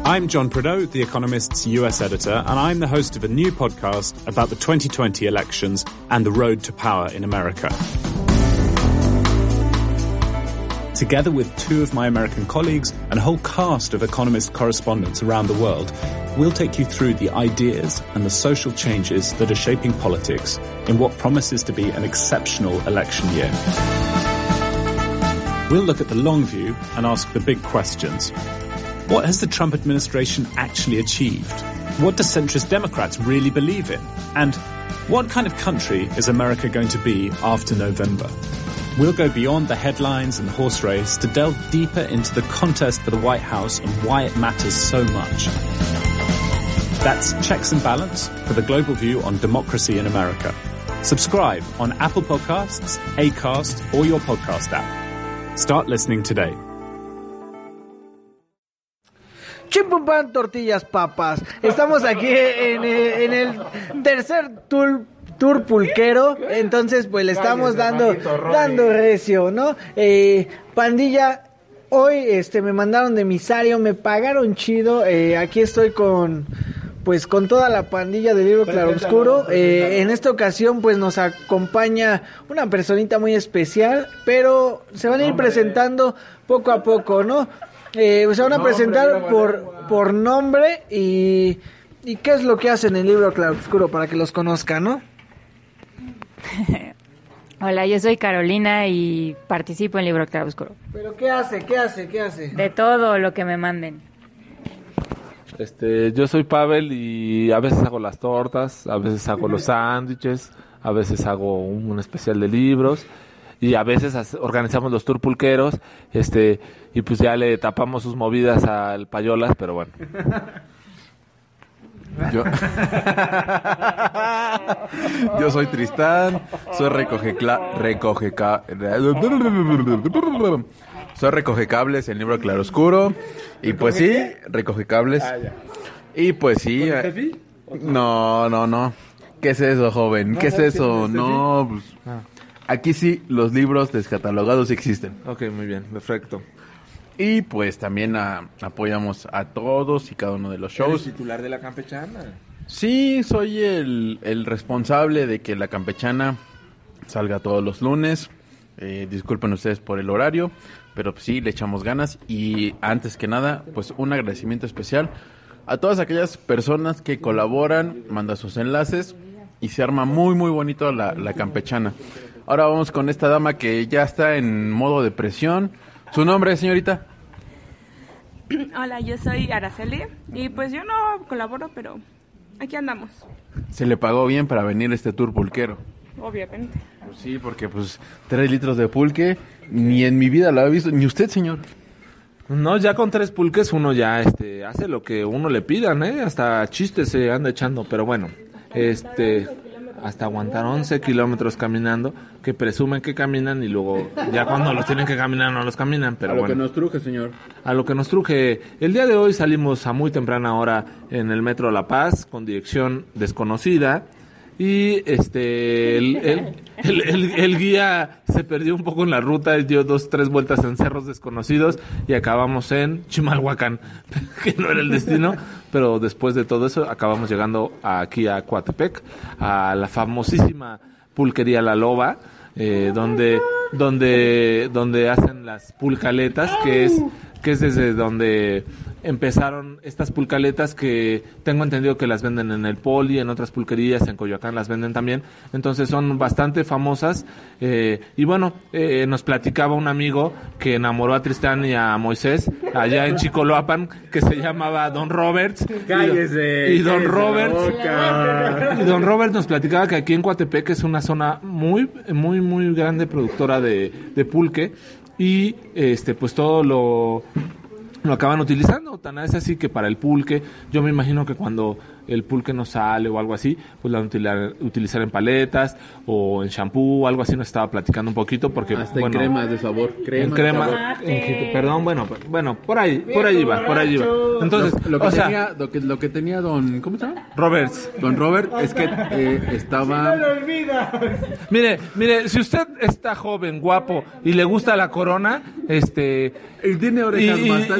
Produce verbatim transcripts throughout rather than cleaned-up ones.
I'm John Prideaux, The Economist's U S editor, and I'm the host of a new podcast about the twenty twenty elections and the road to power in America. Together with two of my American colleagues and a whole cast of Economist correspondents around the world, we'll take you through the ideas and the social changes that are shaping politics in what promises to be an exceptional election year. We'll look at the long view and ask the big questions. What has the Trump administration actually achieved? What do centrist Democrats really believe in? And what kind of country is America going to be after November? We'll go beyond the headlines and the horse race to delve deeper into the contest for the White House and why it matters so much. That's Checks and Balance for the global view on democracy in America. Subscribe on Apple Podcasts, Acast, or your podcast app. Start listening today. Chimpumpan, tortillas, papas. Estamos aquí en, en el tercer tour, tour pulquero. Entonces, pues le estamos dando, dando recio, ¿no? Eh, pandilla, hoy este me mandaron de emisario, me pagaron chido. Eh, aquí estoy con, pues, con toda la pandilla del libro Claroscuro. Eh, en esta ocasión, pues, nos acompaña una personita muy especial, pero se van a ir presentando poco a poco, ¿no? Eh, se van a presentar por, por nombre y, y qué es lo que hacen en el libro Claroscuro para que los conozcan, ¿no? Hola, yo soy Carolina y participo en el libro Claroscuro. ¿Pero qué hace? ¿Qué hace? ¿Qué hace? De todo lo que me manden. Este, yo soy Pavel y a veces hago las tortas, a veces hago los sándwiches, a veces hago un, un especial de libros. Y a veces organizamos los tour pulqueros, este, y pues ya le tapamos sus movidas al Payolas, pero bueno. Yo, Yo soy Tristán, soy recoge cla... recoge ca... soy recoge cables en el libro Claroscuro, y pues sí, recoge cables. Y pues sí. Eh... No, no, no. ¿Qué es eso, joven? ¿Qué es eso? No, pues... Aquí sí, los libros descatalogados existen. Ok, muy bien, perfecto. Y pues también a, apoyamos a todos y cada uno de los shows. ¿Eres titular de La Campechana? Sí, soy el, el responsable de que La Campechana salga todos los lunes. Eh, disculpen ustedes por el horario, pero pues sí, le echamos ganas. Y antes que nada, pues un agradecimiento especial a todas aquellas personas que colaboran, mandan sus enlaces y se arma muy, muy bonito la, la Campechana. Ahora vamos con esta dama que ya está en modo depresión. ¿Su nombre, señorita? Hola, yo soy Araceli y pues yo no colaboro, pero aquí andamos. Se le pagó bien para venir a este tour pulquero. Obviamente. Pues sí, porque pues tres litros de pulque ni en mi vida lo había visto, ni usted, señor. No, ya con tres pulques uno ya este hace lo que uno le pidan, ¿eh? Hasta chistes se anda echando, pero bueno, este... hasta aguantar once kilómetros caminando, que presumen que caminan y luego ya cuando los tienen que caminar no los caminan, pero a lo bueno. que nos truje, señor. A lo que nos truje. El día de hoy salimos a muy temprana hora en el Metro La Paz con dirección desconocida y este el, el, el, el, el guía se perdió un poco en la ruta, dio dos, tres vueltas en cerros desconocidos y acabamos en Chimalhuacán, que no era el destino, pero después de todo eso acabamos llegando aquí a Coatepec, a la famosísima pulquería La Loba, eh, donde donde donde hacen las pulcaletas, que es que es desde donde empezaron estas pulcaletas, que tengo entendido que las venden en el Poli, en otras pulquerías, en Coyoacán las venden también, entonces son bastante famosas, eh, y bueno, eh, nos platicaba un amigo que enamoró a Tristán y a Moisés allá en Chicoloapan, que se llamaba Don Roberts. Cállese. Y Don Roberts, y Don Roberts nos platicaba que aquí en Coatepec es una zona muy, muy, muy grande productora de, de pulque, y este pues todo lo lo acaban utilizando, tan es así que para el pulque, yo me imagino que cuando el pulque no sale o algo así, pues la van a utilizar, utilizar en paletas o en shampoo o algo así. Nos estaba platicando un poquito porque hasta bueno, en cremas de sabor, crema en crema, de sabor. En, perdón, bueno, bueno, por ahí, por ahí iba, por ahí iba. Entonces, lo, lo que o sea, tenía, lo que lo que tenía don, ¿cómo se llama? Roberts. Don Robert es que eh, estaba. No lo olvida. Mire, mire, si usted está joven, guapo y le gusta la corona, este y tiene orejas y, bastante y,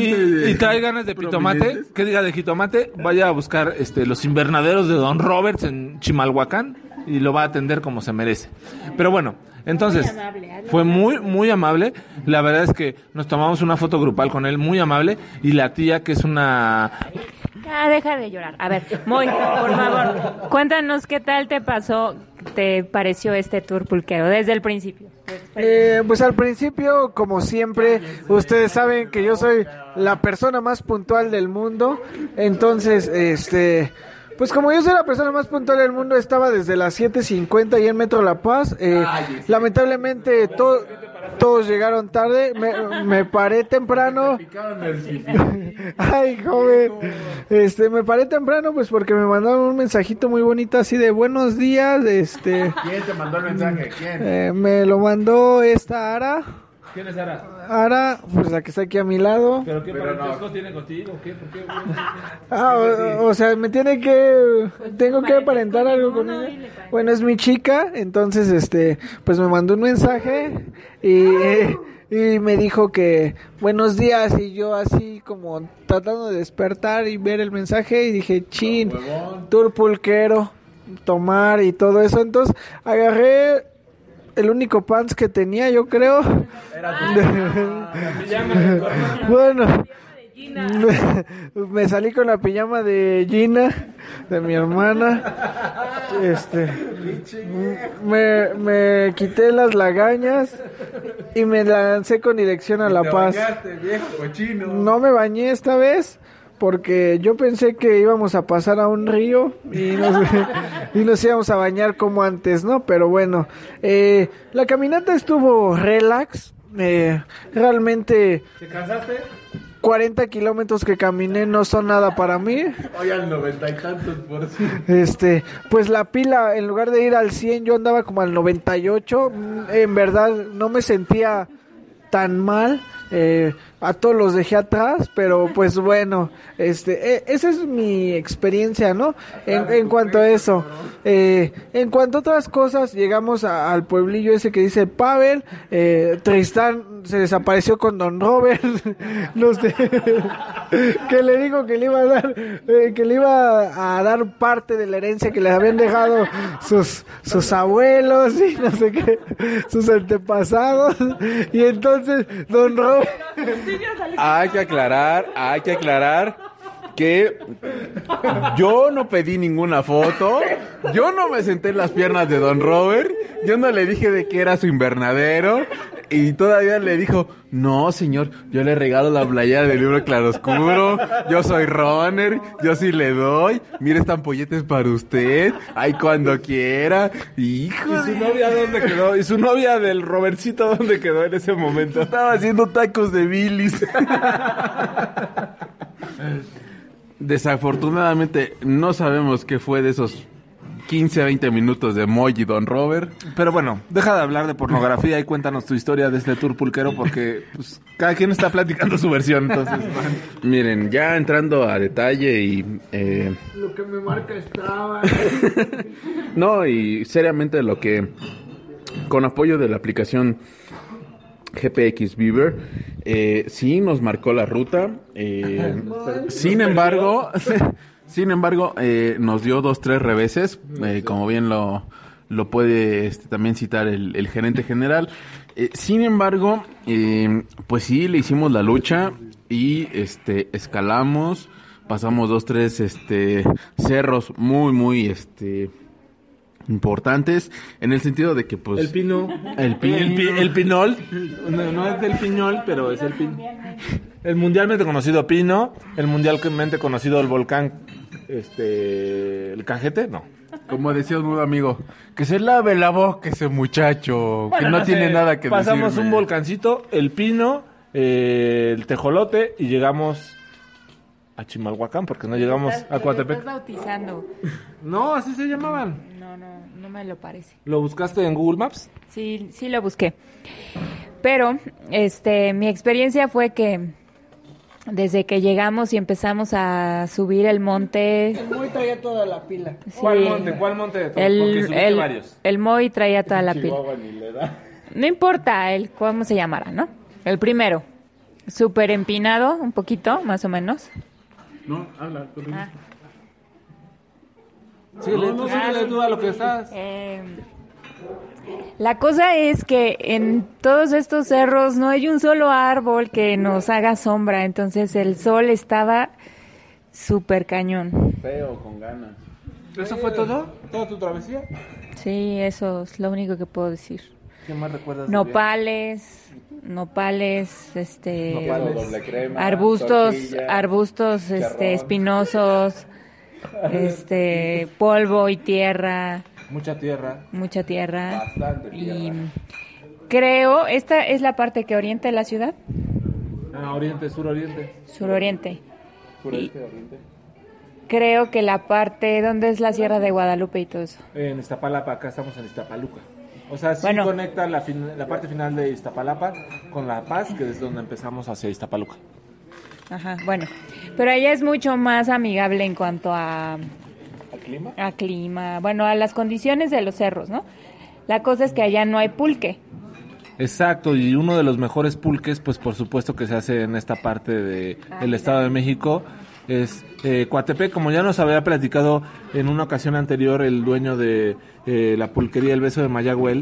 y, y trae ganas de pitomate, que diga de jitomate, vaya a buscar este los invernaderos de Don Roberts en Chimalhuacán y lo va a atender como se merece. Pero bueno, entonces, Muy amable, fue muy, muy amable. La verdad es que nos tomamos una foto grupal con él, muy amable. Y la tía, que es una... Ah, deja de llorar. A ver, Moy, por favor, cuéntanos qué tal te pasó, te pareció este tour pulquero desde el principio. Eh, pues al principio, como siempre, ustedes saben que yo soy la persona más puntual del mundo. Entonces, este... Pues como yo soy la persona más puntual del mundo, estaba desde las siete cincuenta y en Metro La Paz. Eh, lamentablemente to- todos llegaron tarde. Me, me paré temprano. Ay, joven. Este, me paré temprano pues porque me mandaron un mensajito muy bonito así de buenos días. Este. ¿Quién te mandó el mensaje? ¿Quién? Eh, me lo mandó esta Ara. ¿Quién es Ara? Ara, pues la que está aquí a mi lado. ¿Pero qué parentesco tiene contigo? ¿Qué? ¿Por qué? Ah, o, o sea, me tiene que, tengo que aparentar algo con ella. Bueno, es mi chica, entonces, este, pues me mandó un mensaje y, y me dijo que buenos días y yo así como tratando de despertar y ver el mensaje y dije, chin, tour pulquero, tomar y todo eso, entonces agarré el único pants que tenía, yo creo. Bueno, me salí con la pijama de Gina, de mi hermana. Este, me, me quité las lagañas y me lancé con dirección a La Paz. No me bañé esta vez, porque yo pensé que íbamos a pasar a un río y nos, y nos íbamos a bañar como antes, ¿no? Pero bueno, eh, la caminata estuvo relax, eh, realmente... ¿Te cansaste? cuarenta kilómetros que caminé no son nada para mí. Hoy al noventa y tantos por ciento. Este, pues la pila, en lugar de ir al cien, yo andaba como al noventa y ocho. En verdad, no me sentía tan mal. Eh, a todos los dejé atrás, pero pues bueno, este, eh, esa es mi experiencia, ¿no? En, en cuanto a eso, eh, en cuanto a otras cosas, llegamos a, al pueblillo ese que dice Pavel, eh, Tristán se desapareció con Don Robert, no sé, que le dijo que le iba a dar, eh, que le iba a dar parte de la herencia que le habían dejado sus, sus abuelos y no sé qué, sus antepasados, y entonces Don Robert... Hay que aclarar, hay que aclarar que yo no pedí ninguna foto, yo no me senté en las piernas de Don Robert, yo no le dije de que era su invernadero y todavía le dijo, no señor, yo le regalo la playera del libro claroscuro, yo soy runner, yo sí le doy, mire esta ampolleta es para usted, ay cuando quiera, hijo. ¿Y su novia dónde quedó? ¿Y su novia del Robertcito dónde quedó en ese momento? Estaba haciendo tacos de bilis. Desafortunadamente no sabemos qué fue de esos quince a veinte minutos de Moy y Don Robert. Pero bueno, deja de hablar de pornografía y cuéntanos tu historia de este tour pulquero porque pues, cada quien está platicando su versión. Entonces, miren, ya entrando a detalle y... Eh... Lo que me marca estaba... no, y seriamente lo que... Con apoyo de la aplicación G P X Beaver, eh, sí nos marcó la ruta. Eh, sin embargo... Sin embargo, eh, nos dio dos, tres reveses, eh, como bien lo, lo puede este, también citar el, el gerente general. Eh, sin embargo, eh, pues sí, le hicimos la lucha y este escalamos, pasamos dos, tres este, cerros muy, muy este importantes, en el sentido de que pues... El pino. El, pino. El, pi, el pinol. No, no es del piñol, pero es el pino. El mundialmente conocido pino, el mundialmente conocido el volcán, este, el Cajete, no. Como decía un amigo, que se lave la boca ese muchacho, bueno, que no, no tiene sé, nada que pasamos decirme. Un volcancito, el pino, eh, el tejolote y llegamos a Chimalhuacán, porque no llegamos estás, a Coatepec. Estás bautizando. No, así se llamaban. No, no, no me lo parece. ¿Lo buscaste en Google Maps? Sí, sí lo busqué. Pero, este, mi experiencia fue que desde que llegamos y empezamos a subir el monte... El Moy traía toda la pila. Sí, ¿Cuál monte? ¿Cuál monte de todos? El, porque subiste el, varios. El Moy traía toda la pila. No importa el cómo se llamara, ¿no? El primero. súper empinado, un poquito, más o menos. No, habla. Ah. Síguele, tú síguele tú a lo que estás. Eh, la cosa es que en todos estos cerros no hay un solo árbol que nos haga sombra, entonces el sol estaba súper cañón. Feo, con ganas. ¿Eso fue todo? ¿Toda tu travesía? Sí, eso es lo único que puedo decir. ¿Qué más recuerdas? Nopales, nopales, este, Nopales. Doble crema, arbustos, tortilla, arbustos, chicharrón. este, espinosos, este, polvo y tierra, Mucha tierra. mucha tierra. Bastante Y tierra. creo, esta es la parte que orienta la ciudad, Ah, oriente, sur, oriente. suroriente. Sureste, oriente. Creo que la parte donde es la Sierra de Guadalupe y todo eso. En Iztapalapa, acá estamos en Iztapaluca. O sea, sí Bueno. conecta la, fin- la parte final de Iztapalapa con La Paz, que es donde empezamos hacia Iztapaluca. Ajá, bueno. Pero allá es mucho más amigable en cuanto a, ¿El clima? a clima, bueno, a las condiciones de los cerros, ¿no? La cosa es que allá no hay pulque. Exacto, y uno de los mejores pulques, pues por supuesto que se hace en esta parte de, del Estado de México, es eh, Coatepec. Como ya nos había platicado en una ocasión anterior el dueño de eh, la pulquería El Beso de Mayagüel,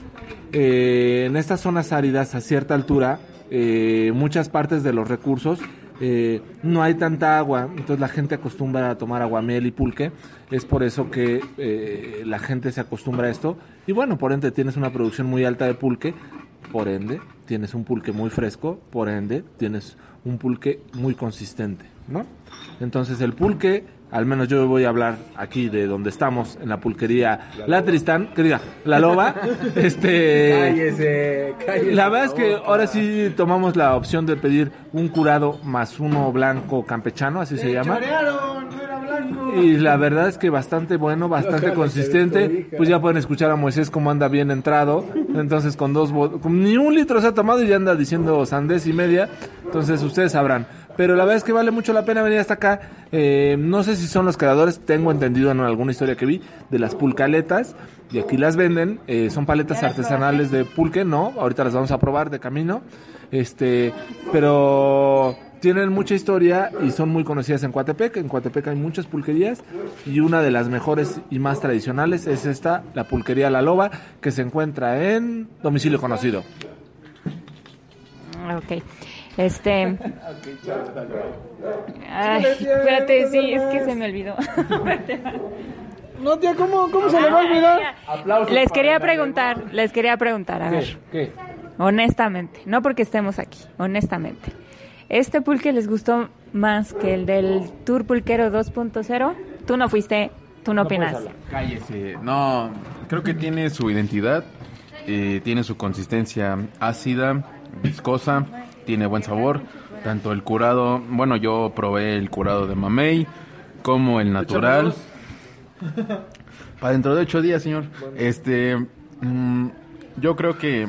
eh, en estas zonas áridas a cierta altura, eh, muchas partes de los recursos, eh, no hay tanta agua, entonces la gente acostumbra a tomar aguamiel y pulque, es por eso que eh, la gente se acostumbra a esto, y bueno, por ende tienes una producción muy alta de pulque, por ende tienes un pulque muy fresco, por ende tienes un pulque muy consistente, ¿no? Entonces el pulque, al menos yo voy a hablar aquí de donde estamos, en la pulquería La Tristán, que diga, La Loba, este... Cállese, cállese. La verdad es que ahora sí tomamos la opción de pedir un curado más uno blanco campechano, así se llama. Chorearon, no era blanco. Y la verdad es que bastante bueno, bastante consistente. Pues ya pueden escuchar a Moisés cómo anda bien entrado. Entonces con dos bo- con ni un litro se ha tomado y ya anda diciendo sandez y media. Entonces ustedes sabrán. Pero la verdad es que vale mucho la pena venir hasta acá. Eh, no sé si son los creadores, tengo entendido en alguna historia que vi, de las pulcaletas. Y aquí las venden, eh, son paletas artesanales de pulque, ¿no? Ahorita las vamos a probar de camino. Este, pero tienen mucha historia y son muy conocidas en Coatepec. En Coatepec hay muchas pulquerías y una de las mejores y más tradicionales es esta, la pulquería La Loba, que se encuentra en Domicilio Conocido. Ok. Este. Ay, espérate, sí, es que se me olvidó. No, tía, ¿cómo, cómo se le va a olvidar? Les quería preguntar, les quería preguntar, a ver, ¿Qué? honestamente, no porque estemos aquí, honestamente. ¿Este pulque les gustó más que el del Tour Pulquero dos punto cero? Tú no fuiste, tú no opinas. Cállese. No, creo que tiene su identidad, eh, tiene su consistencia ácida, viscosa, tiene buen sabor. Tanto el curado, bueno, yo probé el curado de mamey como el natural. Para dentro de ocho días, señor. Este, mm, yo creo que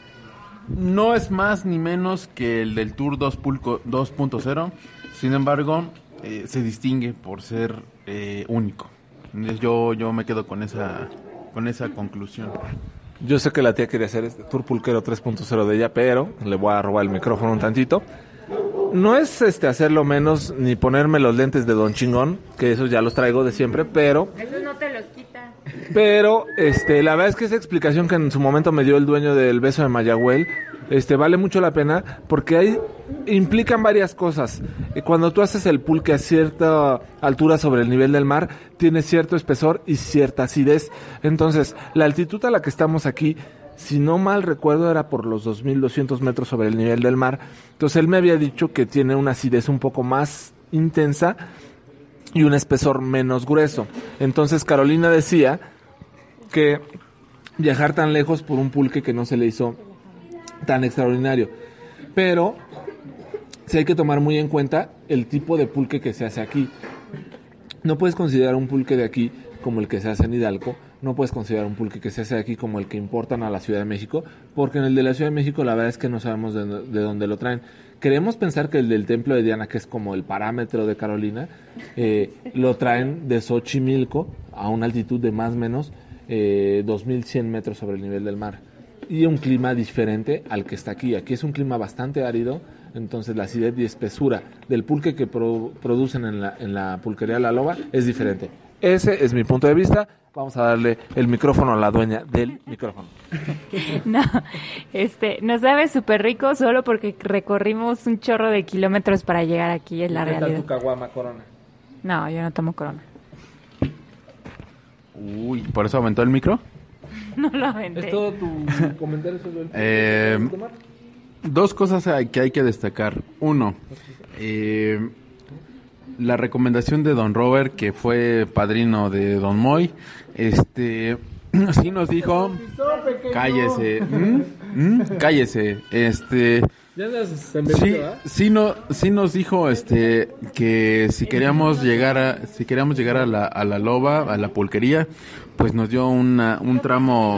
no es más ni menos que el del Tour dos punto cero. Sin embargo, eh, se distingue por ser eh, único. Yo, yo me quedo con esa, con esa conclusión. Yo sé que la tía quería hacer este Tour Pulquero tres punto cero de ella, pero le voy a robar el micrófono un tantito. No es este hacerlo menos ni ponerme los lentes de Don Chingón, que esos ya los traigo de siempre, pero Eso no te los quita. pero este la verdad es que esa explicación que en su momento me dio el dueño del Beso de Mayagüel, este vale mucho la pena porque ahí implican varias cosas. Eh, Cuando tú haces el pulque a cierta altura sobre el nivel del mar, tiene cierto espesor y cierta acidez. Entonces, la altitud a la que estamos aquí, si no mal recuerdo, era por los dos mil doscientos metros sobre el nivel del mar. Entonces, él me había dicho que tiene una acidez un poco más intensa y un espesor menos grueso. Entonces, Carolina decía que viajar tan lejos por un pulque que no se le hizo tan extraordinario. Pero sí hay que tomar muy en cuenta el tipo de pulque que se hace aquí. No puedes considerar un pulque de aquí como el que se hace en Hidalgo, no puedes considerar un pulque que se hace aquí como el que importan a la Ciudad de México, porque en el de la Ciudad de México la verdad es que no sabemos de, de dónde lo traen. Queremos pensar que el del Templo de Diana, que es como el parámetro de Carolina, eh, lo traen de Xochimilco a una altitud de más o menos eh, dos mil cien metros sobre el nivel del mar. Y un clima diferente al que está aquí. Aquí es un clima bastante árido, Entonces la acidez y espesura del pulque que pro, producen en la, en la pulquería La Loba es diferente. Ese es mi punto de vista. Vamos a darle el micrófono a la dueña del micrófono. No, este, nos sabe súper rico solo porque recorrimos un chorro de kilómetros para llegar aquí, es la realidad. tu caguama, Corona? No, yo no tomo Corona. Uy, ¿por eso aumentó el micro? No lo aventé. ¿Es todo tu comentario sobre el Eh, dos cosas hay- que hay que destacar. Uno, eh, la recomendación de Don Robert, que fue padrino de Don Moy, este, sí nos dijo, cállese, ¿Mm? ¿Mm? cállese, este, Ya andas sí, envendido, ¿eh? sí, no, sí nos dijo, este, que si queríamos llegar a, si queríamos llegar a la, a la loba, a la pulquería, pues nos dio una, un tramo,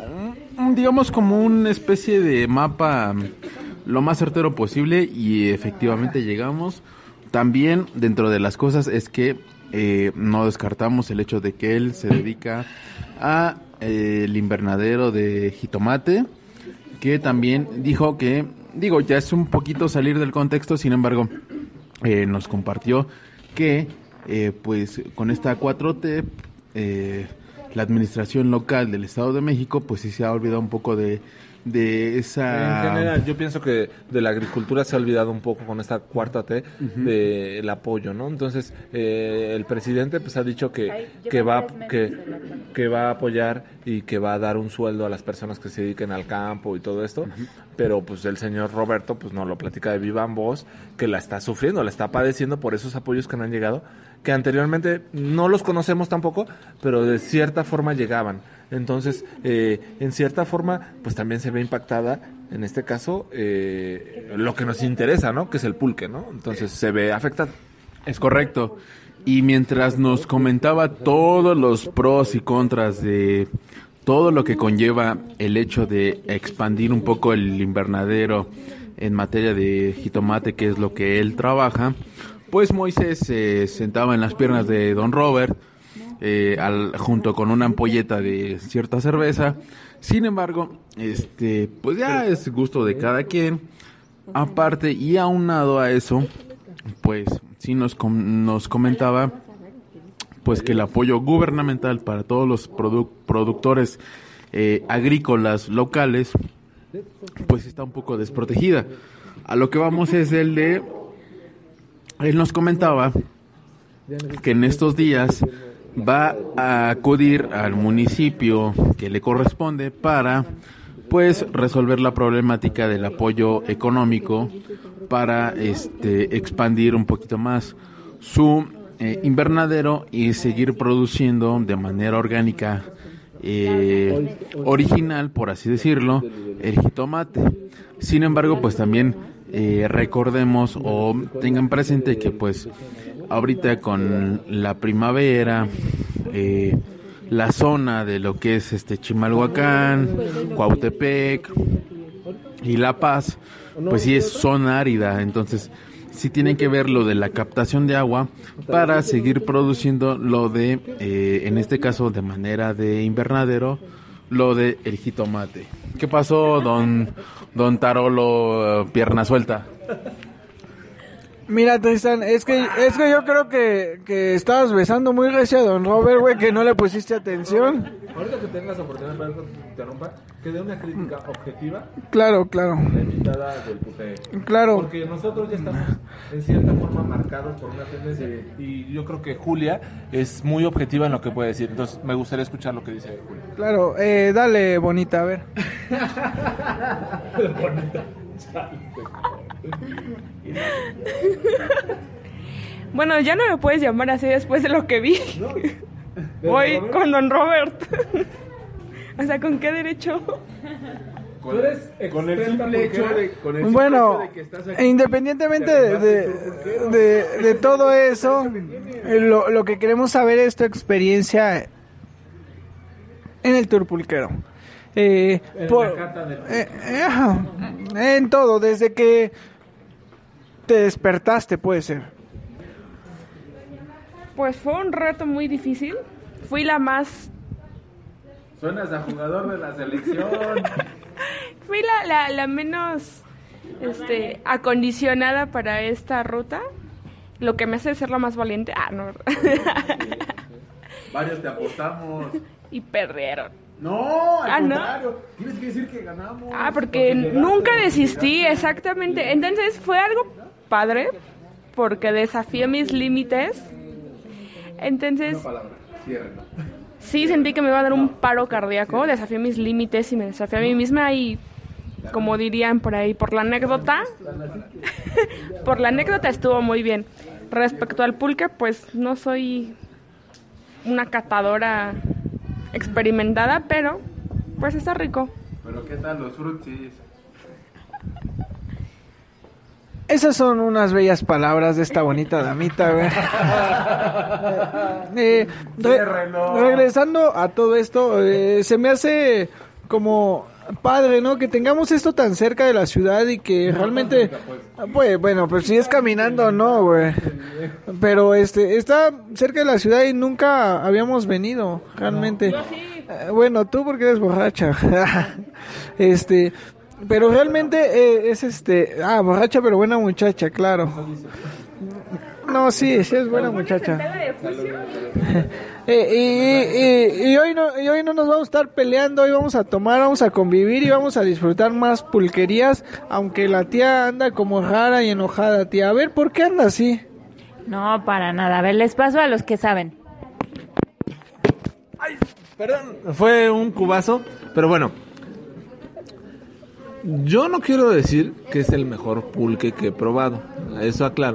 un- un, digamos como una especie de mapa lo más certero posible, y efectivamente llegamos. También dentro de las cosas es que eh, no descartamos el hecho de que él se dedica a eh, el invernadero de jitomate, que también dijo que, digo, ya es un poquito salir del contexto, sin embargo, eh, nos compartió que eh, pues con esta cuatro T, eh, la administración local del Estado de México, pues sí se ha olvidado un poco de, de esa... En general, yo pienso que de la agricultura se ha olvidado un poco con esta cuarta T uh-huh. del apoyo, ¿no? Entonces, eh, el presidente pues ha dicho que, que va que, que va a apoyar y que va a dar un sueldo a las personas que se dediquen al campo y todo esto, uh-huh. pero pues el señor Roberto pues no lo platica de viva voz, que la está sufriendo, la está padeciendo por esos apoyos que no han llegado, que anteriormente no los conocemos tampoco, pero de cierta forma llegaban. Entonces, eh, en cierta forma, pues también se ve impactada, en este caso, eh, lo que nos interesa, ¿no? Que es el pulque, ¿no? Entonces, se ve afectado. Es correcto. Y mientras nos comentaba todos los pros y contras de todo lo que conlleva el hecho de expandir un poco el invernadero en materia de jitomate, que es lo que él trabaja, pues Moisés se eh, sentaba en las piernas de Don Robert, Eh, al, junto con una ampolleta de cierta cerveza. Sin embargo, este, pues ya es gusto de cada quien. Aparte y aunado a eso, pues sí nos com- nos comentaba pues que el apoyo gubernamental para todos los produ- productores eh, agrícolas locales pues está un poco desprotegida. A lo que vamos es el de, él nos comentaba que en estos días va a acudir al municipio que le corresponde para pues resolver la problemática del apoyo económico para este expandir un poquito más su eh, invernadero y seguir produciendo de manera orgánica eh, original, por así decirlo, el jitomate. Sin embargo, pues también eh, recordemos o tengan presente que pues ahorita con la primavera, eh, la zona de lo que es este Chimalhuacán, Cuautepec y La Paz, pues sí es zona árida, entonces sí tienen que ver lo de la captación de agua para seguir produciendo lo de, eh, en este caso de manera de invernadero, lo de el jitomate. ¿Qué pasó, don, don Tarolo, uh, pierna suelta? Mira, Tristan, es que es que yo creo que, que estabas besando muy recio a Don Robert, güey, que no le pusiste atención. Ahorita que tengas oportunidad para que te interrumpa, que dé una crítica objetiva. Claro, claro. La invitada del puteo. Claro. Porque nosotros ya estamos en cierta forma marcados por una tendencia y yo creo que Julia es muy objetiva en lo que puede decir. Entonces me gustaría escuchar lo que dice Julia. Claro, eh, dale, bonita, a ver. Bonita. Bueno, ya no me puedes llamar así después de lo que vi. Voy con Don Robert. O sea, ¿con qué derecho? Con, con el simple hecho de, con el Bueno, simple hecho de que estás aquí, independientemente de, de, de, de todo eso, eh, lo, lo que queremos saber es tu experiencia en el tour pulquero. Eh, en por, la cata del eh, eh, en todo, desde que te despertaste, puede ser. Pues fue un reto muy difícil. Fui la más... Suenas a jugador de la selección. Fui la, la, la menos este, acondicionada para esta ruta, lo que me hace ser la más valiente. Ah, no, ¿verdad? Varios te apostamos. Y perdieron. No, al Ah, ¿no? contrario. Tienes que decir que ganamos. Ah, porque nunca desistí, exactamente. Entonces fue algo padre, porque desafié mis límites. Entonces, sí sentí que me iba a dar un paro cardíaco, desafié mis límites y me desafié a mí misma y, como dirían por ahí, por la anécdota, por la anécdota estuvo muy bien. Respecto al pulque, pues no soy una catadora experimentada, pero pues está rico. Pero ¿qué tal los frutsis? Esas son unas bellas palabras de esta bonita damita, güey. eh, re- regresando a todo esto, eh, se me hace como padre, ¿no? Que tengamos esto tan cerca de la ciudad y que realmente, pues, bueno, pues si es caminando, no, güey. Pero este, está cerca de la ciudad y nunca habíamos venido, realmente. Eh, bueno, tú porque eres borracha. este, pero realmente eh, es este, ah, borracha pero buena muchacha, claro. No, sí, sí es buena muchacha. Eh, y, y, y, hoy no, y hoy no nos vamos a estar peleando, hoy vamos a tomar, vamos a convivir y vamos a disfrutar más pulquerías, aunque la tía anda como rara y enojada, tía. A ver, ¿por qué anda así? No, para nada. A ver, les paso a los que saben. Perdón, fue un cubazo, pero bueno. Yo no quiero decir que es el mejor pulque que he probado, eso aclaro.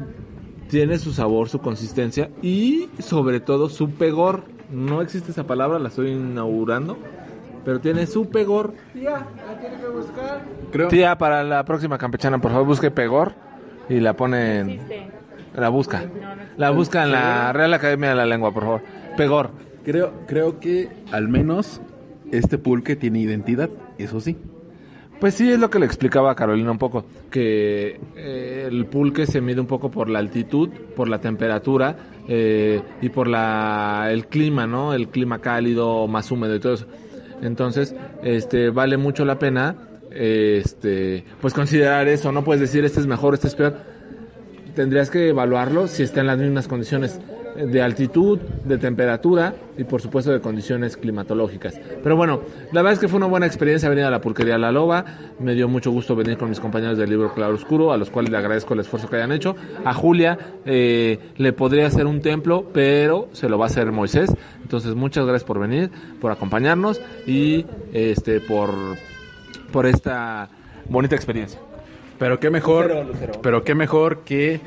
Tiene su sabor, su consistencia y sobre todo su pegor. No existe esa palabra, la estoy inaugurando, pero tiene su pegor. Tía, ¿la tiene que buscar? Creo. Tía, para la próxima campechana, por favor, busque pegor y la pone en... La busca. La busca en la Real Academia de la Lengua, por favor. Pegor. Creo, creo que al menos este pulque tiene identidad, eso sí. Pues sí, es lo que le explicaba a Carolina un poco, que eh, el pulque se mide un poco por la altitud, por la temperatura eh, y por la el clima, ¿no? El clima cálido, más húmedo y todo eso. Entonces, este vale mucho la pena eh, este pues considerar eso, no puedes decir este es mejor, este es peor. Tendrías que evaluarlo si está en las mismas condiciones de altitud, de temperatura y por supuesto de condiciones climatológicas. Pero bueno, la verdad es que fue una buena experiencia venir a la pulquería La Loba. Me dio mucho gusto venir con mis compañeros del libro Claro Oscuro, a los cuales le agradezco el esfuerzo que hayan hecho. A Julia eh, le podría hacer un templo, pero se lo va a hacer Moisés. Entonces muchas gracias por venir, por acompañarnos y este por, por esta bonita experiencia. Pero qué mejor, Lucero, Lucero. pero qué mejor que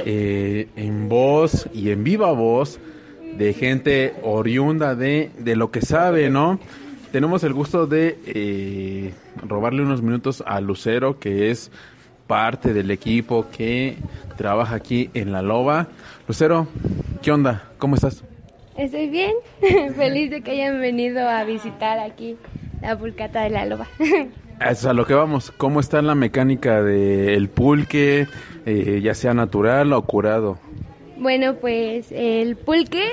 eh, en voz y en viva voz de gente oriunda de, de lo que sabe, ¿no? Tenemos el gusto de eh, robarle unos minutos a Lucero, que es parte del equipo que trabaja aquí en La Loba. Lucero, ¿qué onda? ¿Cómo estás? Estoy bien, feliz de que hayan venido a visitar aquí la pulcata de La Loba. Eso es a lo que vamos. ¿Cómo está la mecánica del pulque, eh, ya sea natural o curado? Bueno, pues el pulque,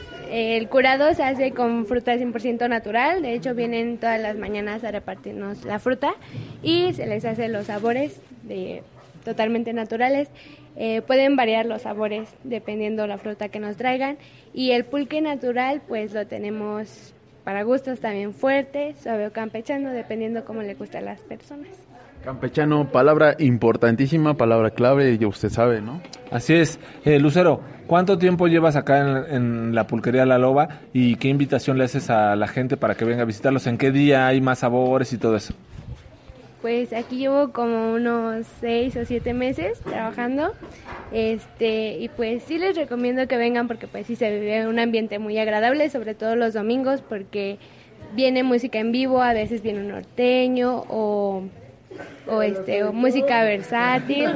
el curado se hace con fruta cien por ciento natural. De hecho, vienen todas las mañanas a repartirnos la fruta y se les hace los sabores de, totalmente naturales. Eh, pueden variar los sabores dependiendo la fruta que nos traigan. Y el pulque natural, pues lo tenemos para gustos también fuerte, suave o campechano, dependiendo cómo le gusta a las personas. Campechano, palabra importantísima, palabra clave, ya usted sabe, ¿no? Así es. Eh, Lucero, ¿cuánto tiempo llevas acá en, en la pulquería La Loba y qué invitación le haces a la gente para que venga a visitarlos? ¿En qué día hay más sabores y todo eso? Pues aquí llevo como unos seis o siete meses trabajando, este y pues sí les recomiendo que vengan porque pues sí se vive un ambiente muy agradable, sobre todo los domingos porque viene música en vivo, a veces viene un norteño o o este o música versátil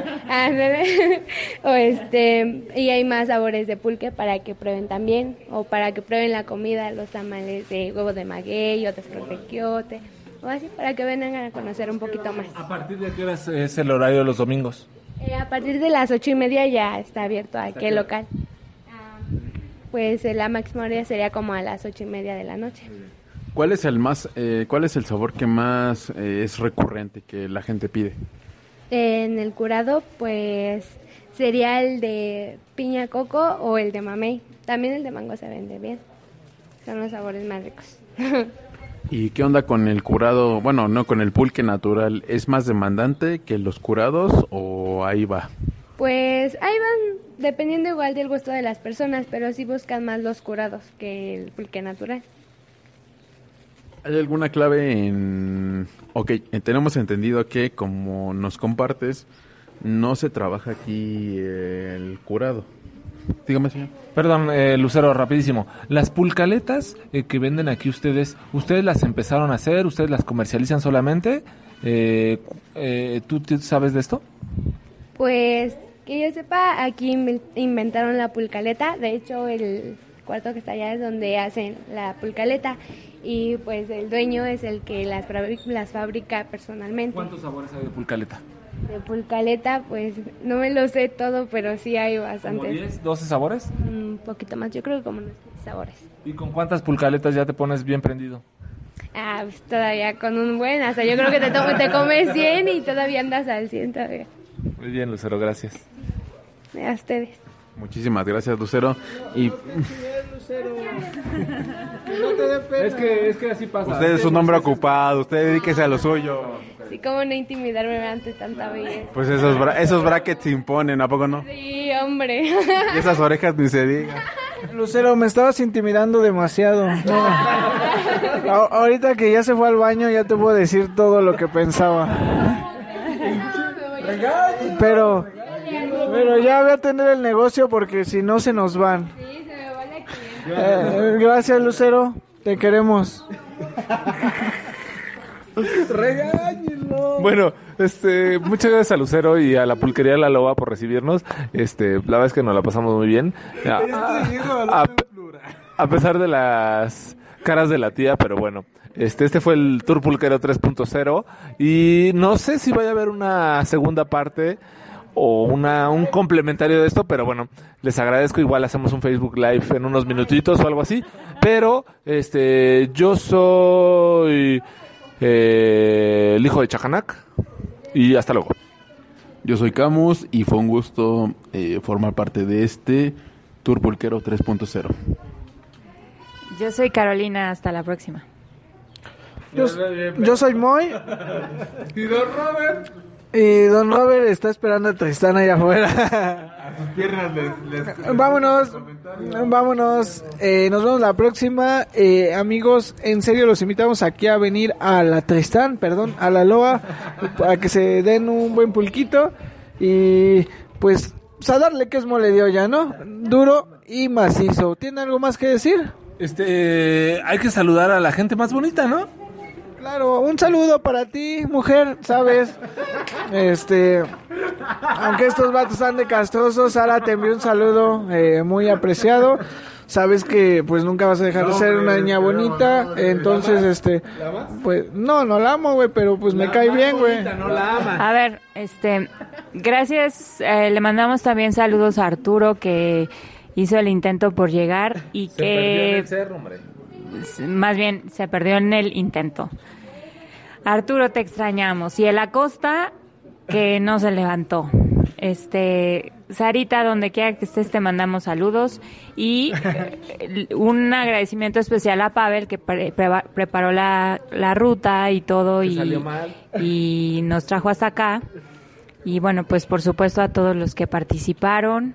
o este y hay más sabores de pulque para que prueben también o para que prueben la comida, los tamales de huevo de maguey o de flor de quiote o así para que vengan a conocer un poquito más. ¿A partir de qué hora es el horario de los domingos? Eh, a partir de las ocho y media ya está abierto aquí el local. Ah, pues eh, la máxima hora sería como a las ocho y media de la noche. ¿Cuál es el más, eh, cuál es el sabor que más eh, es recurrente que la gente pide? En el curado, pues sería el de piña coco o el de mamey. También el de mango se vende bien. Son los sabores más ricos. ¿Y qué onda con el curado? Bueno, no, con el pulque natural. ¿Es más demandante que los curados o ahí va? Pues ahí van, dependiendo igual del gusto de las personas, pero sí buscan más los curados que el pulque natural. ¿Hay alguna clave en...? Ok, tenemos entendido que, como nos compartes, no se trabaja aquí el curado. Dígame, señor. Perdón, eh, Lucero, rapidísimo. Las pulcaletas eh, que venden aquí ustedes, ¿ustedes las empezaron a hacer? ¿Ustedes las comercializan solamente? Eh, eh, ¿Tú t- sabes de esto? Pues que yo sepa, aquí inven- inventaron la pulcaleta. De hecho, el cuarto que está allá es donde hacen la pulcaleta. Y pues el dueño es el que las, fabri- las fabrica personalmente. ¿Cuántos sabores hay de pulcaleta? De pulcaleta, pues no me lo sé todo, pero sí hay ¿Como bastantes. diez, doce sabores? Un poquito más, yo creo que como unos sabores. ¿Y con cuántas pulcaletas ya te pones bien prendido? Ah, pues todavía con un buen, hasta yo creo que te, to- te comes cien y todavía andas al cien todavía. Muy bien, Lucero, gracias. A ustedes. Muchísimas gracias, Lucero. Y Es que, es que así pasa. usted es un hombre ocupado, usted dedíquese a lo suyo. Sí, cómo no intimidarme ante tanta belleza. Pues esos, bra- esos brackets se imponen, ¿a poco no? Sí, hombre. Y esas orejas ni se diga. Lucero, me estabas intimidando demasiado. No. A- ahorita que ya se fue al baño, ya te puedo decir todo lo que pensaba. Pero, pero ya voy a tener el negocio porque si no se nos van. Sí, se me van aquí. Eh, gracias, Lucero. Te queremos. Bueno, este, muchas gracias a Lucero y a la pulquería La Loba por recibirnos. Este, la verdad es que nos la pasamos muy bien. A, a- a pesar de las caras de la tía, pero bueno. Este, este fue el Tour Pulquero tres punto cero y no sé si vaya a haber una segunda parte o una un complementario de esto, pero bueno, les agradezco. Igual hacemos un Facebook Live en unos minutitos o algo así, pero este, yo soy eh, el hijo de Chacanac y hasta luego. Yo soy Camus y fue un gusto eh, formar parte de este Tour Pulquero tres punto cero. Yo soy Carolina, hasta la próxima. Yo, yo soy Moy. Y don Robert. Y don Robert está esperando a Tristán allá afuera. A sus piernas les... les... Vámonos, vámonos. Eh, nos vemos la próxima. Eh, amigos, en serio los invitamos aquí a venir a la Tristán, perdón, a la Loa, para que se den un buen pulquito. Y pues, pues a darle que es mole de olla, ¿no? Duro y macizo. ¿Tiene algo más que decir? Este, hay que saludar a la gente más bonita, ¿no? Claro, un saludo para ti, mujer, ¿sabes? Este, aunque estos vatos ande castrosos, Sara te envío un saludo eh, muy apreciado. Sabes que pues nunca vas a dejar de ser una niña bonita, entonces este, pues no, no la amo, güey, pero pues me cae bien, güey. A ver, este, gracias, eh, le mandamos también saludos a Arturo que hizo el intento por llegar y que cerro, hombre. más bien se perdió en el intento. Arturo, te extrañamos. Y el Acosta, que no se levantó. Este, Sarita, donde quiera que estés, te mandamos saludos. Y eh, un agradecimiento especial a Pavel, que pre- pre- preparó la, la ruta y todo. Y, salió mal. y nos trajo hasta acá. Y bueno, pues por supuesto a todos los que participaron.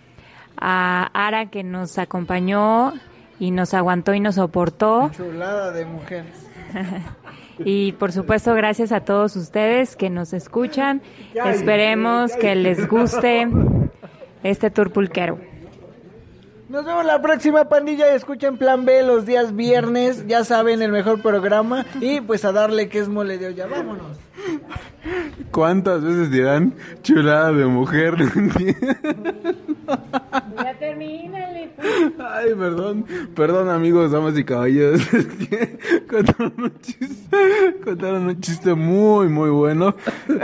A Ara, que nos acompañó y nos aguantó y nos soportó. Chulada de mujer. Y por supuesto gracias a todos ustedes que nos escuchan. Esperemos que les guste este tour pulquero. Nos vemos la próxima, pandilla, y escuchen Plan B los días viernes, ya saben, el mejor programa. Y pues a darle que es mole de olla, vámonos. ¿Cuántas veces dirán chulada de mujer? Ya termínale. Ay, perdón, perdón amigos, damas y caballeros, es que contaron un chiste, contaron un chiste muy, muy bueno.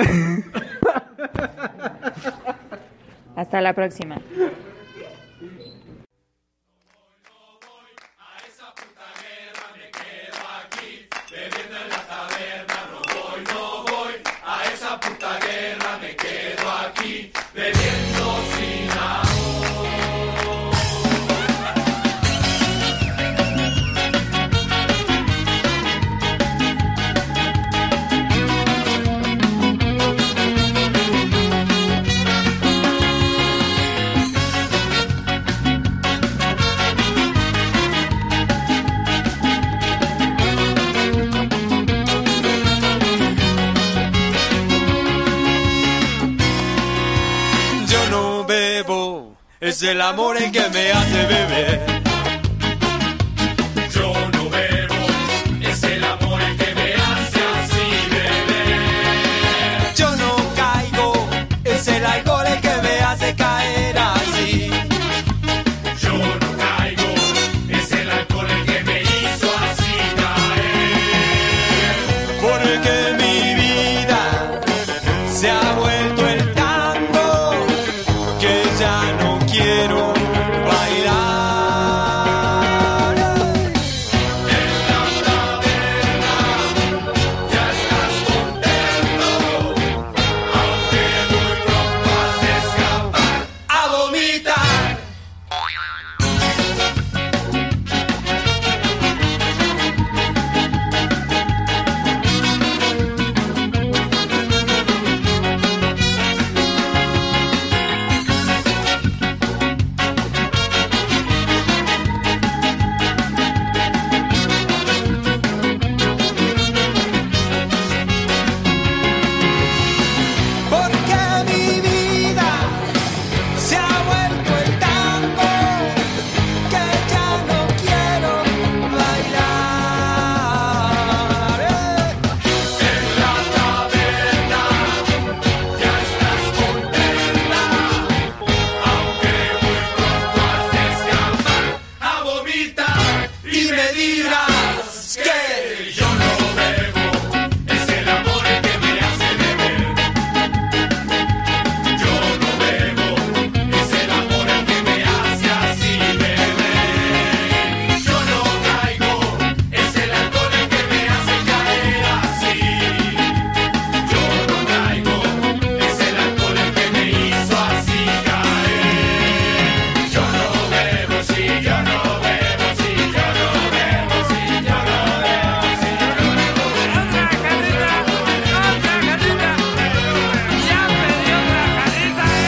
Hasta la próxima. Puta guerra me es el amor el que me hace beber. Yo no bebo, es el amor el que me hace así beber. Yo no caigo, es el alcohol el que me hace caer así. Yo no caigo, es el alcohol el que me hizo así caer. Porque mi vida se ha vuelto el tango que ya no quiero bailar. En la taberna ya estás contento, aunque muy pronto has de escapar a vomitar. Porque mi vida se ha vuelto el tango que ya no quiero bailar. En la taberna ya estás contenta, aunque muy pronto has de escapar a vomitar. Y me dirás que yo no bebo, es el amor el que me hace beber. Yo no bebo, es el amor el que me hace así beber. Yo no caigo, es el alcohol el que me hace caer así. Yo no caigo, es el alcohol el que me hizo así caer. Yo no bebo, sí, yo no bebo, sí, yo no bebo, sí, yo no bebo, sí, yo no bebo. Otra jarrita, otra jarrita. Ya pedí otra jarrita, ¿eh?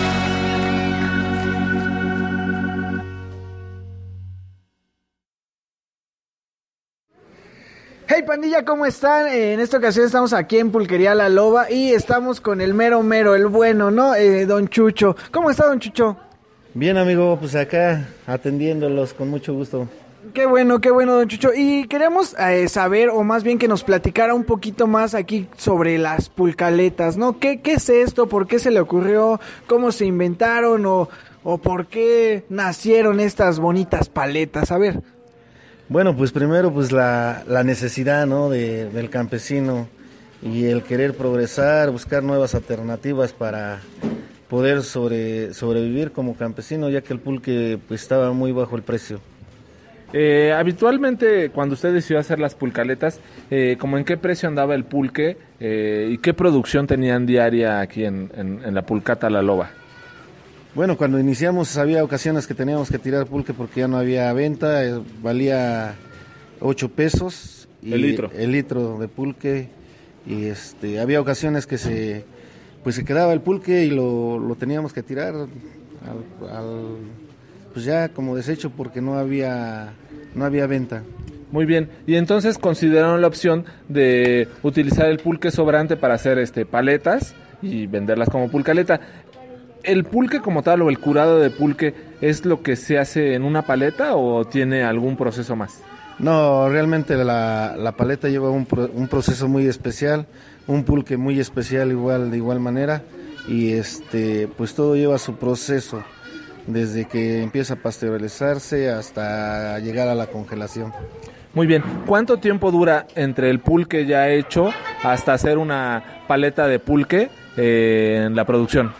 Hey pandilla, ¿cómo están? Eh, en esta ocasión estamos aquí en Pulquería La Loba y estamos con el mero mero, el bueno, ¿no? Eh, don Chucho. ¿Cómo está, don Chucho? Bien, amigo, pues acá atendiéndolos con mucho gusto. Qué bueno, qué bueno, don Chucho. Y queríamos eh, saber, o más bien que nos platicara un poquito más aquí sobre las pulcaletas, ¿no? ¿Qué, qué es esto? ¿Por qué se le ocurrió? ¿Cómo se inventaron? ¿O, o por qué nacieron estas bonitas paletas? A ver. Bueno, pues primero pues la, la necesidad, ¿no? de, del campesino y el querer progresar, buscar nuevas alternativas para poder sobre, sobrevivir como campesino, ya que el pulque pues estaba muy bajo el precio. Eh, habitualmente, cuando usted decidió hacer las pulcaletas, eh, ¿como en qué precio andaba el pulque eh, y qué producción tenían diaria aquí en, en, en la Pulcata La Loba? Bueno, cuando iniciamos había ocasiones que teníamos que tirar pulque porque ya no había venta, eh, valía ocho pesos. Y el litro. El litro de pulque, y este había ocasiones que se pues se quedaba el pulque y lo, lo teníamos que tirar al, al, pues ya como desecho porque no había, no había venta. Muy bien, y entonces consideraron la opción de utilizar el pulque sobrante para hacer este paletas y venderlas como pulcaleta. ¿El pulque como tal o el curado de pulque es lo que se hace en una paleta o tiene algún proceso más? No, realmente la, la paleta lleva un, pro, un proceso muy especial, un pulque muy especial igual de igual manera, y este pues todo lleva su proceso desde que empieza a pasteurizarse hasta llegar a la congelación. Muy bien, ¿cuánto tiempo dura entre el pulque ya hecho hasta hacer una paleta de pulque eh, en la producción?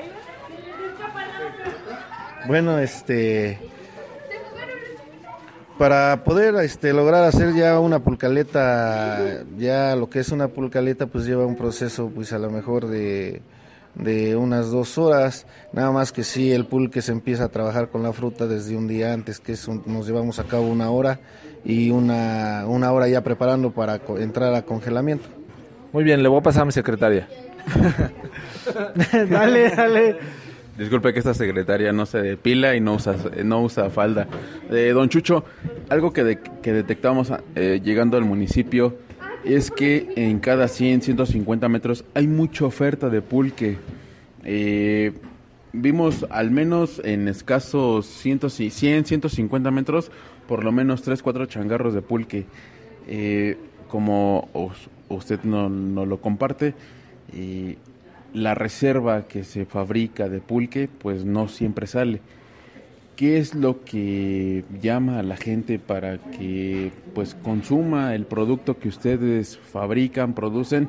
Bueno, este para poder este lograr hacer ya una pulcaleta, ya lo que es una pulcaleta pues lleva un proceso pues a lo mejor de, de unas dos horas, nada más que si el pulque se empieza a trabajar con la fruta desde un día antes, que es un, nos llevamos a cabo una hora y una, una hora ya preparando para co- entrar a congelamiento. Muy bien, le voy a pasar a mi secretaria. Dale, dale. Disculpe que esta secretaria no se depila y no usa no usa falda. Eh, don Chucho, algo que, de, que detectamos eh, llegando al municipio es que en cada cien, ciento cincuenta metros hay mucha oferta de pulque. Eh, vimos al menos en escasos cien, ciento cincuenta metros, por lo menos tres, cuatro changarros de pulque. Eh, como os, usted no, no lo comparte, eh, la reserva que se fabrica de pulque, pues no siempre sale. ¿Qué es lo que llama a la gente para que pues consuma el producto que ustedes fabrican, producen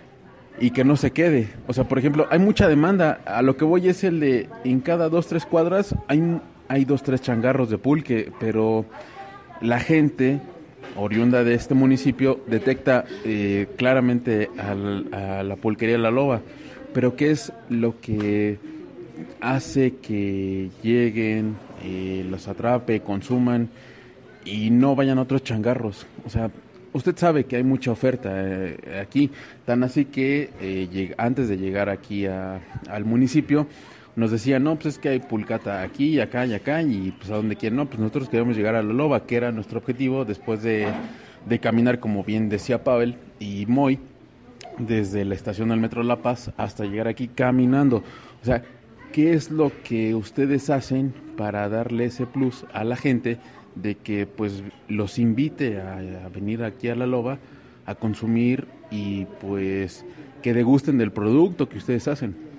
y que no se quede? O sea, por ejemplo, hay mucha demanda. A lo que voy es el de en cada dos, tres cuadras hay, hay dos, tres changarros de pulque, pero la gente oriunda de este municipio detecta eh, claramente al, a la pulquería La Loba. Pero ¿qué es lo que hace que lleguen, eh, los atrape, consuman y no vayan a otros changarros? O sea, usted sabe que hay mucha oferta eh, aquí, tan así que eh, lleg- antes de llegar aquí a, al municipio nos decían, no, pues es que hay pulcata aquí y acá y acá y pues a donde quieran. No, pues nosotros queremos llegar a La Loba, que era nuestro objetivo después de, de caminar, como bien decía Pavel y Moy, desde la estación del Metro La Paz hasta llegar aquí caminando. O sea, ¿qué es lo que ustedes hacen para darle ese plus a la gente de que pues los invite a, a venir aquí a La Loba a consumir y pues que degusten del producto que ustedes hacen?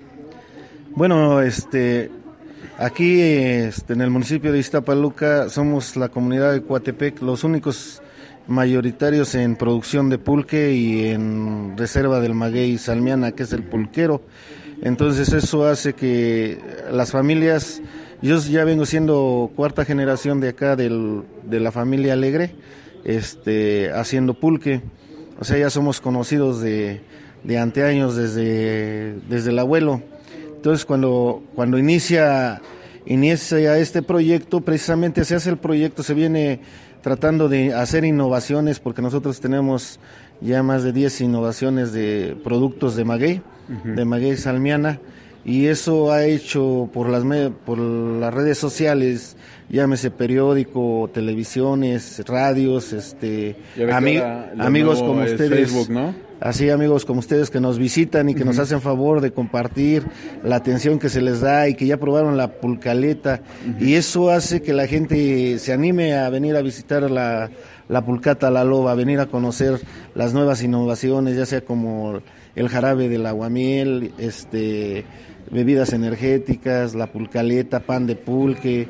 Bueno, este, aquí este, en el municipio de Iztapaluca somos la comunidad de Coatepec, los únicos mayoritarios en producción de pulque y en reserva del maguey salmiana, que es el pulquero. Entonces eso hace que las familias, yo ya vengo siendo cuarta generación de acá del, de la familia Alegre, este, haciendo pulque. O sea, ya somos conocidos de, de anteaños desde, desde el abuelo. Entonces cuando, cuando inicia, inicia este proyecto, precisamente se hace el proyecto, se viene tratando de hacer innovaciones, porque nosotros tenemos ya más de diez innovaciones de productos de maguey, uh-huh. de maguey salmiana, y eso ha hecho por las me- por las redes sociales, llámese periódico, televisiones, radios, este ami- amigos como ustedes, Facebook, ¿no? Así, amigos como ustedes que nos visitan y que uh-huh. nos hacen favor de compartir la atención que se les da y que ya probaron la pulcaleta, uh-huh. y eso hace que la gente se anime a venir a visitar la, la pulcata La Loba, a venir a conocer las nuevas innovaciones, ya sea como el jarabe del aguamiel, este, bebidas energéticas, la pulcaleta, pan de pulque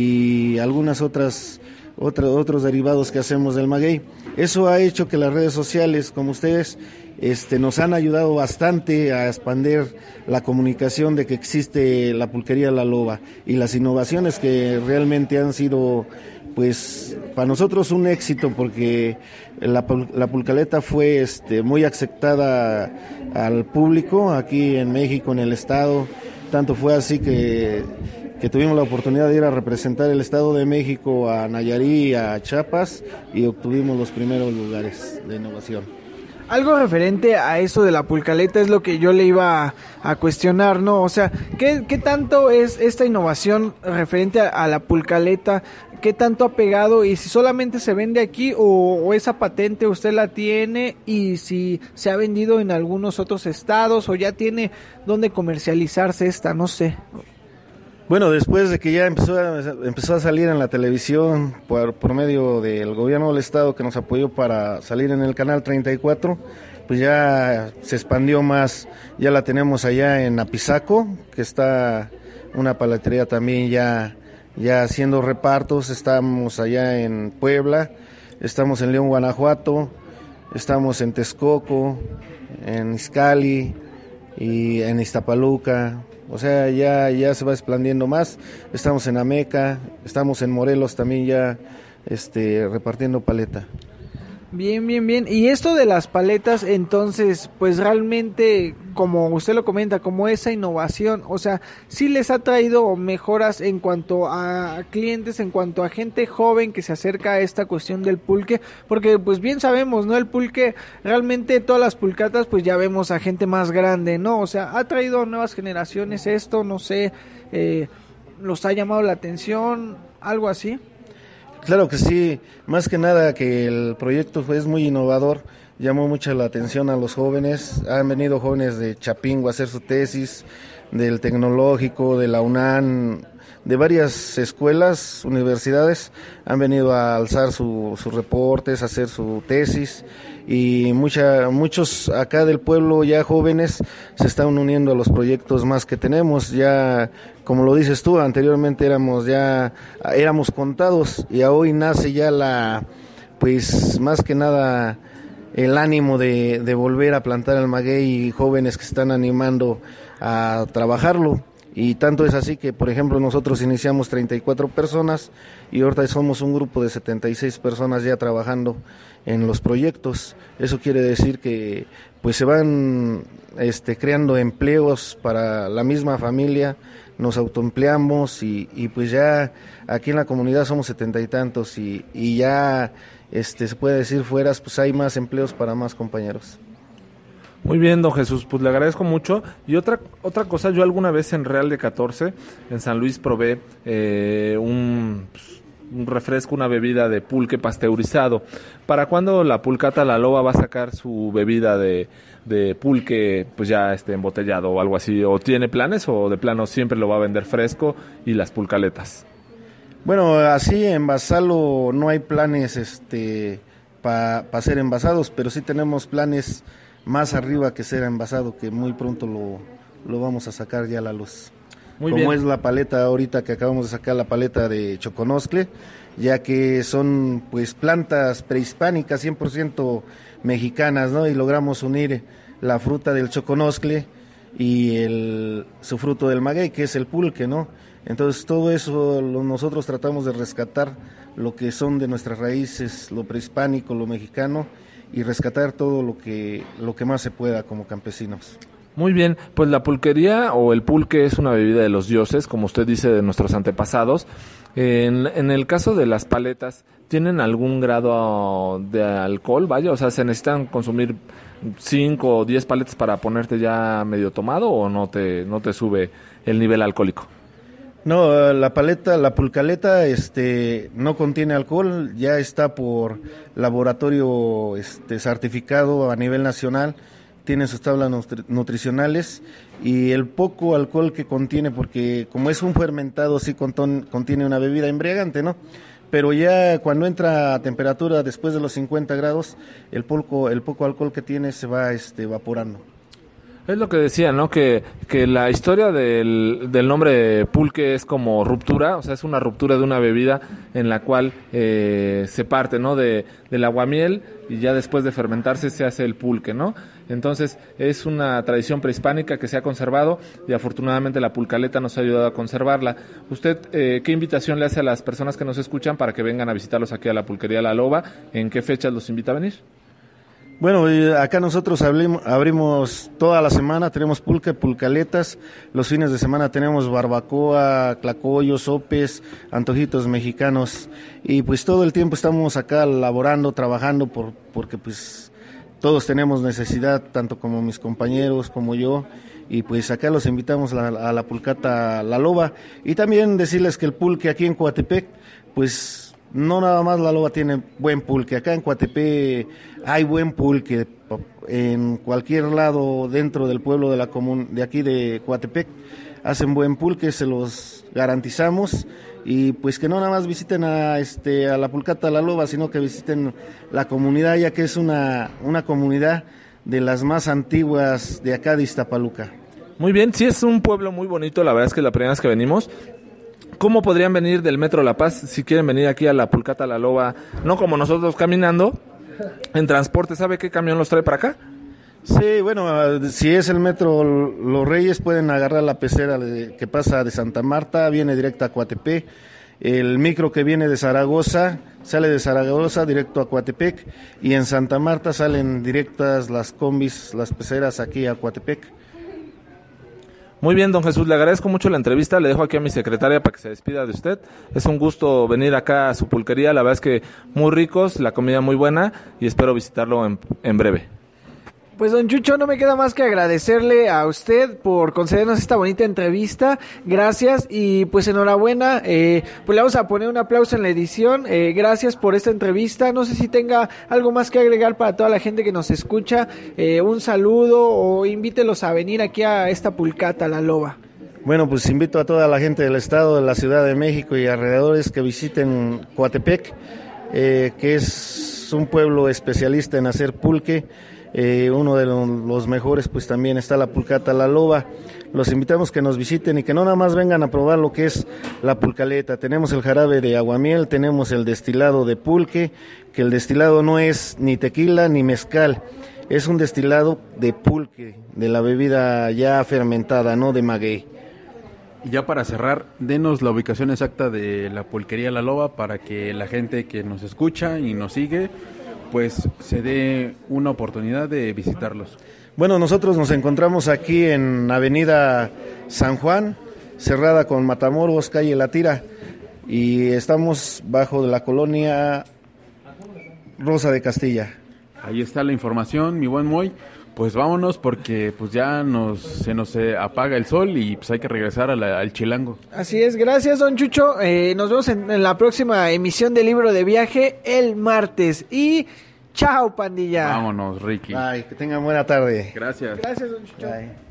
y algunas otras Otro, otros derivados que hacemos del maguey. Eso ha hecho que las redes sociales, como ustedes, este, nos han ayudado bastante a expandir la comunicación de que existe la pulquería La Loba y las innovaciones que realmente han sido, pues, para nosotros un éxito, porque la, la pulcaleta fue este, muy aceptada al público aquí en México, en el estado. Tanto fue así que que tuvimos la oportunidad de ir a representar el Estado de México a Nayarit, a Chiapas, y obtuvimos los primeros lugares de innovación. Algo referente a eso de la pulcaleta es lo que yo le iba a, a cuestionar, ¿no? O sea, ¿qué, qué tanto es esta innovación referente a, a la pulcaleta? ¿Qué tanto ha pegado? Y si solamente se vende aquí o, o esa patente usted la tiene, y si se ha vendido en algunos otros estados o ya tiene dónde comercializarse esta, no sé. Bueno, después de que ya empezó a, empezó a salir en la televisión por, por medio del gobierno del estado, que nos apoyó para salir en el canal treinta y cuatro, pues ya se expandió más. Ya la tenemos allá en Apizaco, que está una paletería también ya, ya haciendo repartos. Estamos allá en Puebla, estamos en León, Guanajuato, estamos en Texcoco, en Izcalli y en Iztapaluca. O sea, ya, ya se va expandiendo más. Estamos en Ameca, estamos en Morelos también ya este, repartiendo paleta. Bien, bien, bien. Y esto de las paletas, entonces, pues realmente, como usted lo comenta, como esa innovación, o sea, sí les ha traído mejoras en cuanto a clientes, en cuanto a gente joven que se acerca a esta cuestión del pulque, porque pues bien sabemos, ¿no? El pulque, realmente todas las pulcatas, pues ya vemos a gente más grande, ¿no? O sea, ha traído a nuevas generaciones esto, no sé, eh, ¿los ha llamado la atención? ¿Algo así? Claro que sí, más que nada que el proyecto fue, es muy innovador, llamó mucho la atención a los jóvenes. Han venido jóvenes de Chapingo a hacer su tesis, del Tecnológico, de la UNAM, de varias escuelas, universidades, han venido a alzar su, sus reportes, a hacer su tesis, y mucha, muchos acá del pueblo ya jóvenes se están uniendo a los proyectos más que tenemos. Ya, como lo dices tú, anteriormente éramos ya, éramos contados, y hoy nace ya la, pues más que nada, el ánimo de, de volver a plantar el maguey, y jóvenes que están animando a trabajarlo. Y tanto es así que, por ejemplo, nosotros iniciamos treinta y cuatro personas y ahorita somos un grupo de setenta y seis personas ya trabajando en los proyectos. Eso quiere decir que pues se van este, creando empleos para la misma familia, nos autoempleamos y, y pues ya aquí en la comunidad somos setenta y tantos y, y ya este, se puede decir fueras, pues hay más empleos para más compañeros. Muy bien, don Jesús, pues le agradezco mucho. Y otra otra cosa, yo alguna vez en Real de catorce, en San Luis, probé eh, un, pues, un refresco, una bebida de pulque pasteurizado. ¿Para cuándo la Pulcata La Loba va a sacar su bebida de, de pulque pues ya este, embotellado o algo así? ¿O tiene planes o de plano siempre lo va a vender fresco y las pulcaletas? Bueno, así envasarlo no hay planes este para pa ser envasados, pero sí tenemos planes más arriba que ser envasado, que muy pronto lo, lo vamos a sacar ya a la luz. Muy Como bien. es la paleta ahorita que acabamos de sacar, la paleta de Choconoscle, ya que son pues plantas prehispánicas cien por ciento mexicanas, ¿no? Y logramos unir la fruta del Choconoscle y el su fruto del maguey, que es el pulque, ¿no? Entonces todo eso lo, nosotros tratamos de rescatar lo que son de nuestras raíces, lo prehispánico, lo mexicano, y rescatar todo lo que lo que más se pueda como campesinos. Muy bien, pues la pulquería o el pulque es una bebida de los dioses, como usted dice, de nuestros antepasados. En, en el caso de las paletas, ¿tienen algún grado de alcohol? Vaya, o sea, ¿se necesitan consumir cinco o diez paletas para ponerte ya medio tomado o no te no te sube el nivel alcohólico? No, la paleta, la pulcaleta, este, no contiene alcohol, ya está por laboratorio, este, certificado a nivel nacional, tiene sus tablas nutri- nutricionales y el poco alcohol que contiene, porque como es un fermentado, sí conton- contiene una bebida embriagante, ¿no? Pero ya cuando entra a temperatura después de los cincuenta grados, el poco, el poco alcohol que tiene se va, este, evaporando. Es lo que decía, ¿no? Que, que la historia del, del nombre de pulque es como ruptura, o sea, es una ruptura de una bebida en la cual eh, se parte, ¿no? De, del aguamiel y ya después de fermentarse se hace el pulque, ¿no? Entonces, es una tradición prehispánica que se ha conservado y afortunadamente la pulcaleta nos ha ayudado a conservarla. ¿Usted eh, qué invitación le hace a las personas que nos escuchan para que vengan a visitarlos aquí a la Pulquería La Loba? ¿En qué fechas los invita a venir? Bueno, acá nosotros abrimos, abrimos toda la semana, tenemos pulque, pulcaletas, los fines de semana tenemos barbacoa, tlacoyos, sopes, antojitos mexicanos, y pues todo el tiempo estamos acá laborando, trabajando, por, porque pues todos tenemos necesidad, tanto como mis compañeros como yo, y pues acá los invitamos a la, a la Pulcata La Loba, y también decirles que el pulque aquí en Coatepec, pues no nada más La Loba tiene buen pulque, acá en Coatepec hay buen pulque, en cualquier lado dentro del pueblo de la comun de aquí de Coatepec hacen buen pulque, se los garantizamos, y pues que no nada más visiten a este a la Pulcata La Loba, sino que visiten la comunidad, ya que es una, una comunidad de las más antiguas de acá de Iztapaluca. Muy bien, sí es un pueblo muy bonito, la verdad es que la primera vez que venimos. ¿Cómo podrían venir del Metro La Paz si quieren venir aquí a la Pulcata La Loba? No como nosotros caminando, en transporte. ¿Sabe qué camión los trae para acá? Sí, bueno, si es el Metro Los Reyes, pueden agarrar la pecera de, que pasa de Santa Marta, viene directa a Coatepec. El micro que viene de Zaragoza, sale de Zaragoza directo a Coatepec. Y en Santa Marta salen directas las combis, las peceras aquí a Coatepec. Muy bien, don Jesús, le agradezco mucho la entrevista, le dejo aquí a mi secretaria para que se despida de usted. Es un gusto venir acá a su pulquería, la verdad es que muy ricos, la comida muy buena y espero visitarlo en, en breve. Pues don Chucho, no me queda más que agradecerle a usted por concedernos esta bonita entrevista. Gracias y pues enhorabuena. Eh, pues le vamos a poner un aplauso en la edición. Eh, gracias por esta entrevista. No sé si tenga algo más que agregar para toda la gente que nos escucha. Eh, un saludo o invítelos a venir aquí a esta pulcata, La Loba. Bueno, pues invito a toda la gente del estado, de la Ciudad de México y alrededores que visiten Coatepec, eh, que es un pueblo especialista en hacer pulque. Eh, uno de los mejores, pues también está la pulcata La Loba. Los invitamos que nos visiten y que no nada más vengan a probar lo que es la pulcaleta. Tenemos el jarabe de aguamiel, tenemos el destilado de pulque, que el destilado no es ni tequila ni mezcal, es un destilado de pulque, de la bebida ya fermentada, no de maguey. Y ya para cerrar, denos la ubicación exacta de la pulquería La Loba para que la gente que nos escucha y nos sigue pues se dé una oportunidad de visitarlos. Bueno, nosotros nos encontramos aquí en Avenida San Juan, cerrada con Matamoros, calle La Tira, y estamos bajo de la colonia Rosa de Castilla. Ahí está la información, mi buen Moy. Pues vámonos porque pues ya nos se nos eh, apaga el sol y pues hay que regresar a la, al chilango. Así es, gracias don Chucho. Eh, nos vemos en, en la próxima emisión de Libro de Viaje el martes. Y chao, pandilla. Vámonos, Ricky. Bye, que tengan buena tarde. Gracias. Gracias don Chucho. Bye.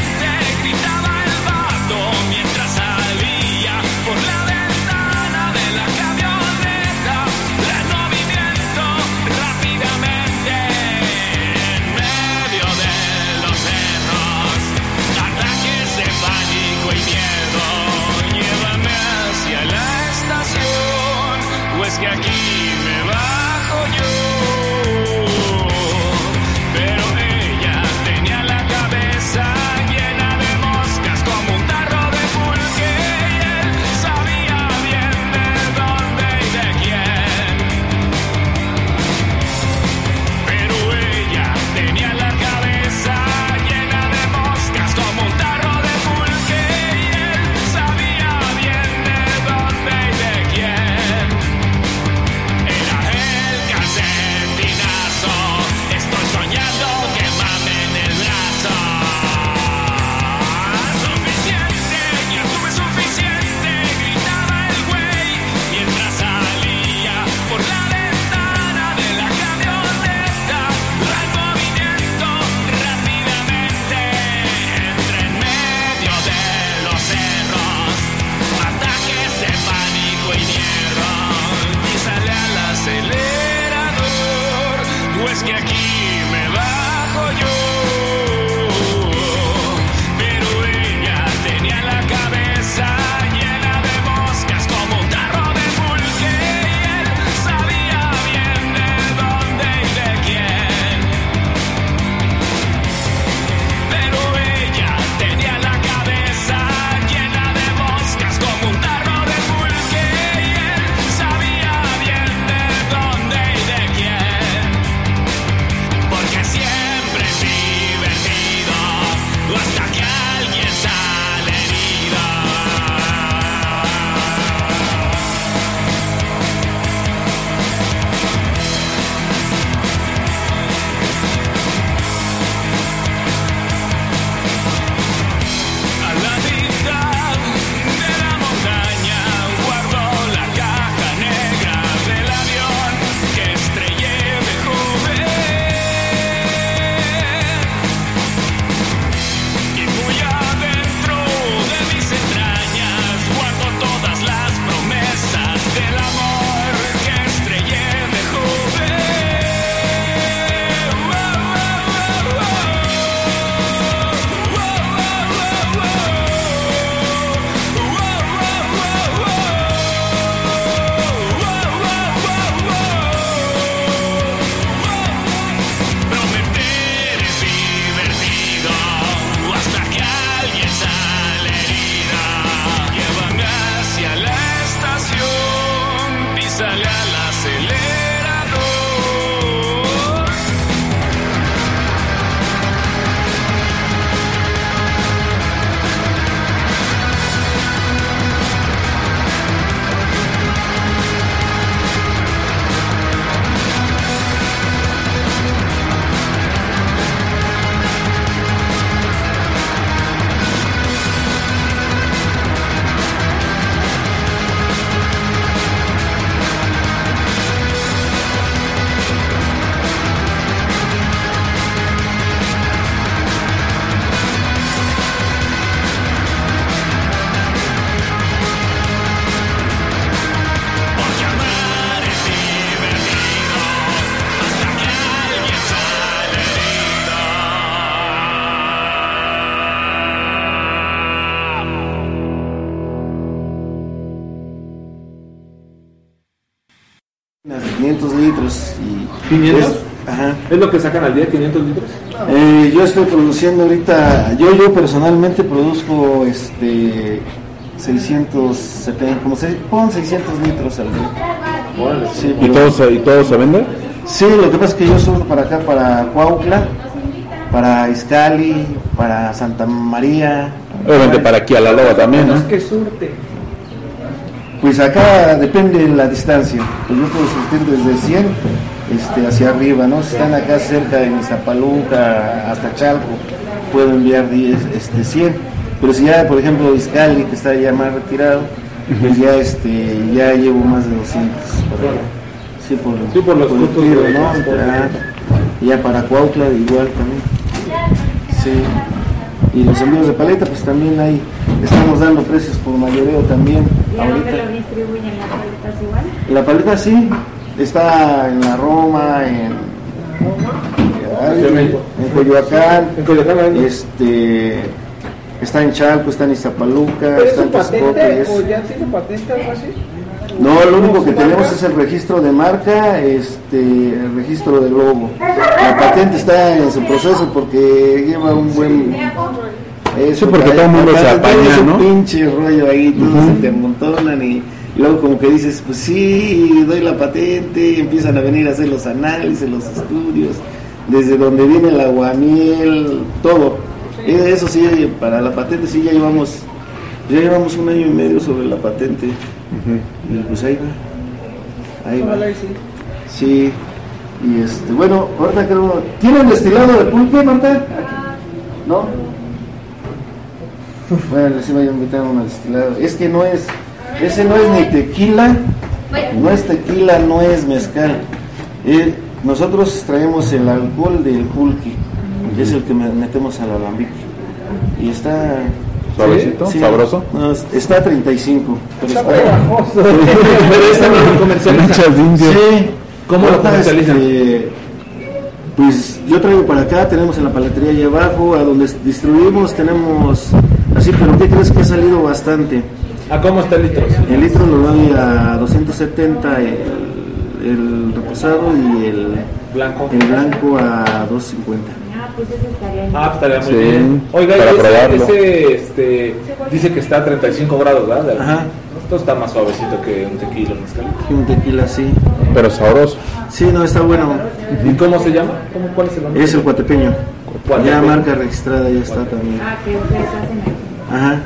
Por la ventana del quinientos litros. Y ¿quinientos? Es, ajá. ¿Es lo que sacan al día, quinientos litros? Eh, yo estoy produciendo ahorita, yo yo personalmente produzco este seiscientos setenta, como se pon seiscientos litros al día. Sí, ¿Y pero- todo se, y todo se vende? Sí, lo que pasa es que yo surto para acá, para Cuautla, para Izcalli, para Santa María. Obviamente para aquí a la loba también, ¿no? que surte. Pues acá depende de la distancia. Pues yo puedo surtir desde cien este, hacia arriba, ¿no? Si están acá cerca de Iztapaluca hasta Chalco, puedo enviar diez, este, cien. Pero si ya, por ejemplo, Izcalli, que está ya más retirado, pues ya, este, ya llevo más de doscientos. Por ahí. Sí, por, Sí, por los el costos tiro, de ¿no? transporte. Ah, y ya para Cuautla igual también. Sí. Y los envíos de paleta, pues también hay, estamos dando precios por mayoreo también. ¿Y a dónde ahorita. lo distribuyen las paletas igual? La paleta sí, está en la Roma, en, en, en Coyoacán, En Coyoacán hay. este, está en Chalco, está en Iztapaluca, ¿Pero es está en un patente Texcoco. o es- ya tiene patente algo así? No, lo único que tenemos es el registro de marca, este, el registro de logo. La patente está en su proceso porque lleva un buen... Eso, Sí, porque todo el mundo se apaña, un ¿no? pinche rollo ahí, todos se te amontonan y, y luego como que dices, pues sí, doy la patente, y empiezan a venir a hacer los análisis, los estudios, desde donde viene el aguamiel, todo. Y eso sí, para la patente sí ya llevamos, ya llevamos un año y medio sobre la patente. Y pues ahí va, ahí va. Ojalá y sí. Sí, y este, bueno, ahorita creo, ¿tienen destilado de pulque, Marta? ¿No? Bueno, les iba a invitar a un destilado. Es que no es, ese no es ni tequila, no es tequila, no es mezcal. Eh, nosotros traemos el alcohol del pulque, es el que me- metemos al alambique. Y está... Suavecito, Sí, sabroso. no, está a treinta y cinco. Pero está, Pero esta no lo comercializa. Muchas indias. Sí. ¿Cómo lo Ahorita, comercializan? este, pues yo traigo para acá, tenemos en la paletería allá abajo, a donde distribuimos tenemos así, pero ¿qué crees que ha salido bastante? ¿A cómo está el litro? El litro lo doy a doscientos setenta, el, el reposado y el, Blanco. el blanco a doscientos cincuenta. Ah, pues eso estaría bien. Ah, estaría muy Sí, bien. Oiga, para y probarlo. ese, ese este, dice que está a treinta y cinco grados, ¿verdad? De- Ajá. Esto está más suavecito que un tequila, un mezcal. Y un tequila así. Pero sabroso. Sí, no, está bueno. ¿Y cómo se llama? ¿Cómo, ¿Cuál es el nombre? Es el cuatepeño. Cuatepeño. Ya marca registrada, ya está también. Ah, que ustedes hacen aquí. Ajá.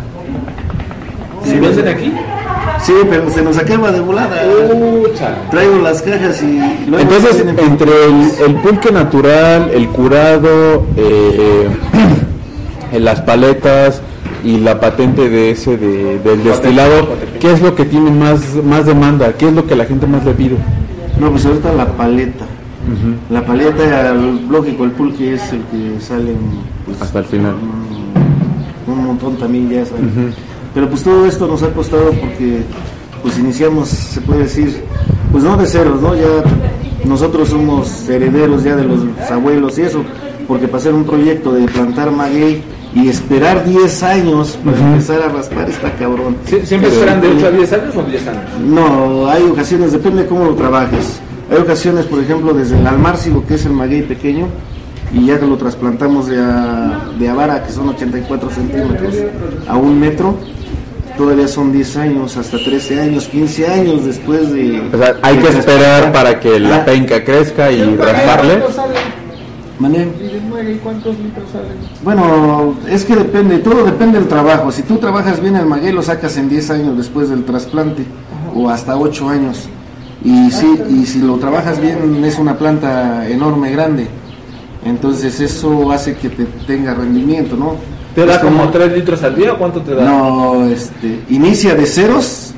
¿Sí venden aquí? Sí, pero se nos acaba de volada. Pucha. Traigo las cajas y luego Entonces, tienen- entre el, el pulque natural, el curado, eh, eh, las paletas y la patente de ese de, del destilado, ¿qué es lo que tiene más, más demanda? ¿Qué es lo que la gente más le pide? No, pues ahorita la paleta. La paleta, lógico, el pulque es el que sale pues, Hasta el final. un, un montón también ya sale. Pero pues todo esto nos ha costado porque pues iniciamos, se puede decir, pues no de ceros, ¿no? Ya nosotros somos herederos ya de los abuelos y eso, porque para hacer un proyecto de plantar maguey y esperar diez años para empezar a raspar está cabrón. ¿Sie- ¿Siempre esperan de ocho a diez años o diez años? No, hay ocasiones, depende de cómo lo trabajes. Hay ocasiones, por ejemplo, desde el almárcigo, que es el maguey pequeño, y ya que lo trasplantamos de, a, de avara, que son ochenta y cuatro centímetros, a un metro, todavía son diez años, hasta trece años, quince años después de... O sea, hay de que esperar trasplantar. para que la Ah, penca crezca y rasparle. ¿Cuántos salen? mané. ¿Y de muere? ¿Y cuántos litros salen? Bueno, es que depende, todo depende del trabajo. Si tú trabajas bien el maguey, lo sacas en diez años después del trasplante, o hasta ocho años. Y sí, y si lo trabajas bien, es una planta enorme, grande. Entonces eso hace que te tenga rendimiento, ¿no? ¿Te da Es como tres litros al día o cuánto te da? No, este, inicia de ceros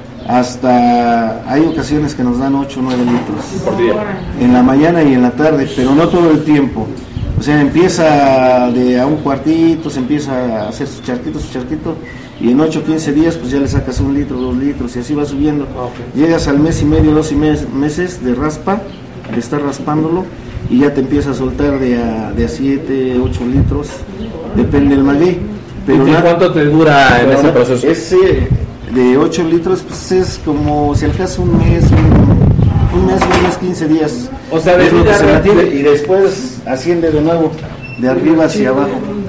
hasta, hay ocasiones que nos dan ocho o nueve litros. Por día. En la mañana y en la tarde, pero no todo el tiempo. O sea, empieza de a un cuartito, se empieza a hacer su charquito, su charquito, y en ocho o quince días pues ya le sacas un litro, dos litros, y así va subiendo. Ok. Llegas al mes y medio, dos y mes- meses de raspa, de estar raspándolo, y ya te empieza a soltar de a, de a siete, ocho litros, depende del maguey. Pero ¿Y nada- cuánto te dura en pero ese nada, proceso? Ese de ocho litros pues es como si al caso un mes, un- un mes, un mes, quince días. O sea, de es lo que vida se real- mantiene y después asciende de nuevo, de arriba hacia abajo.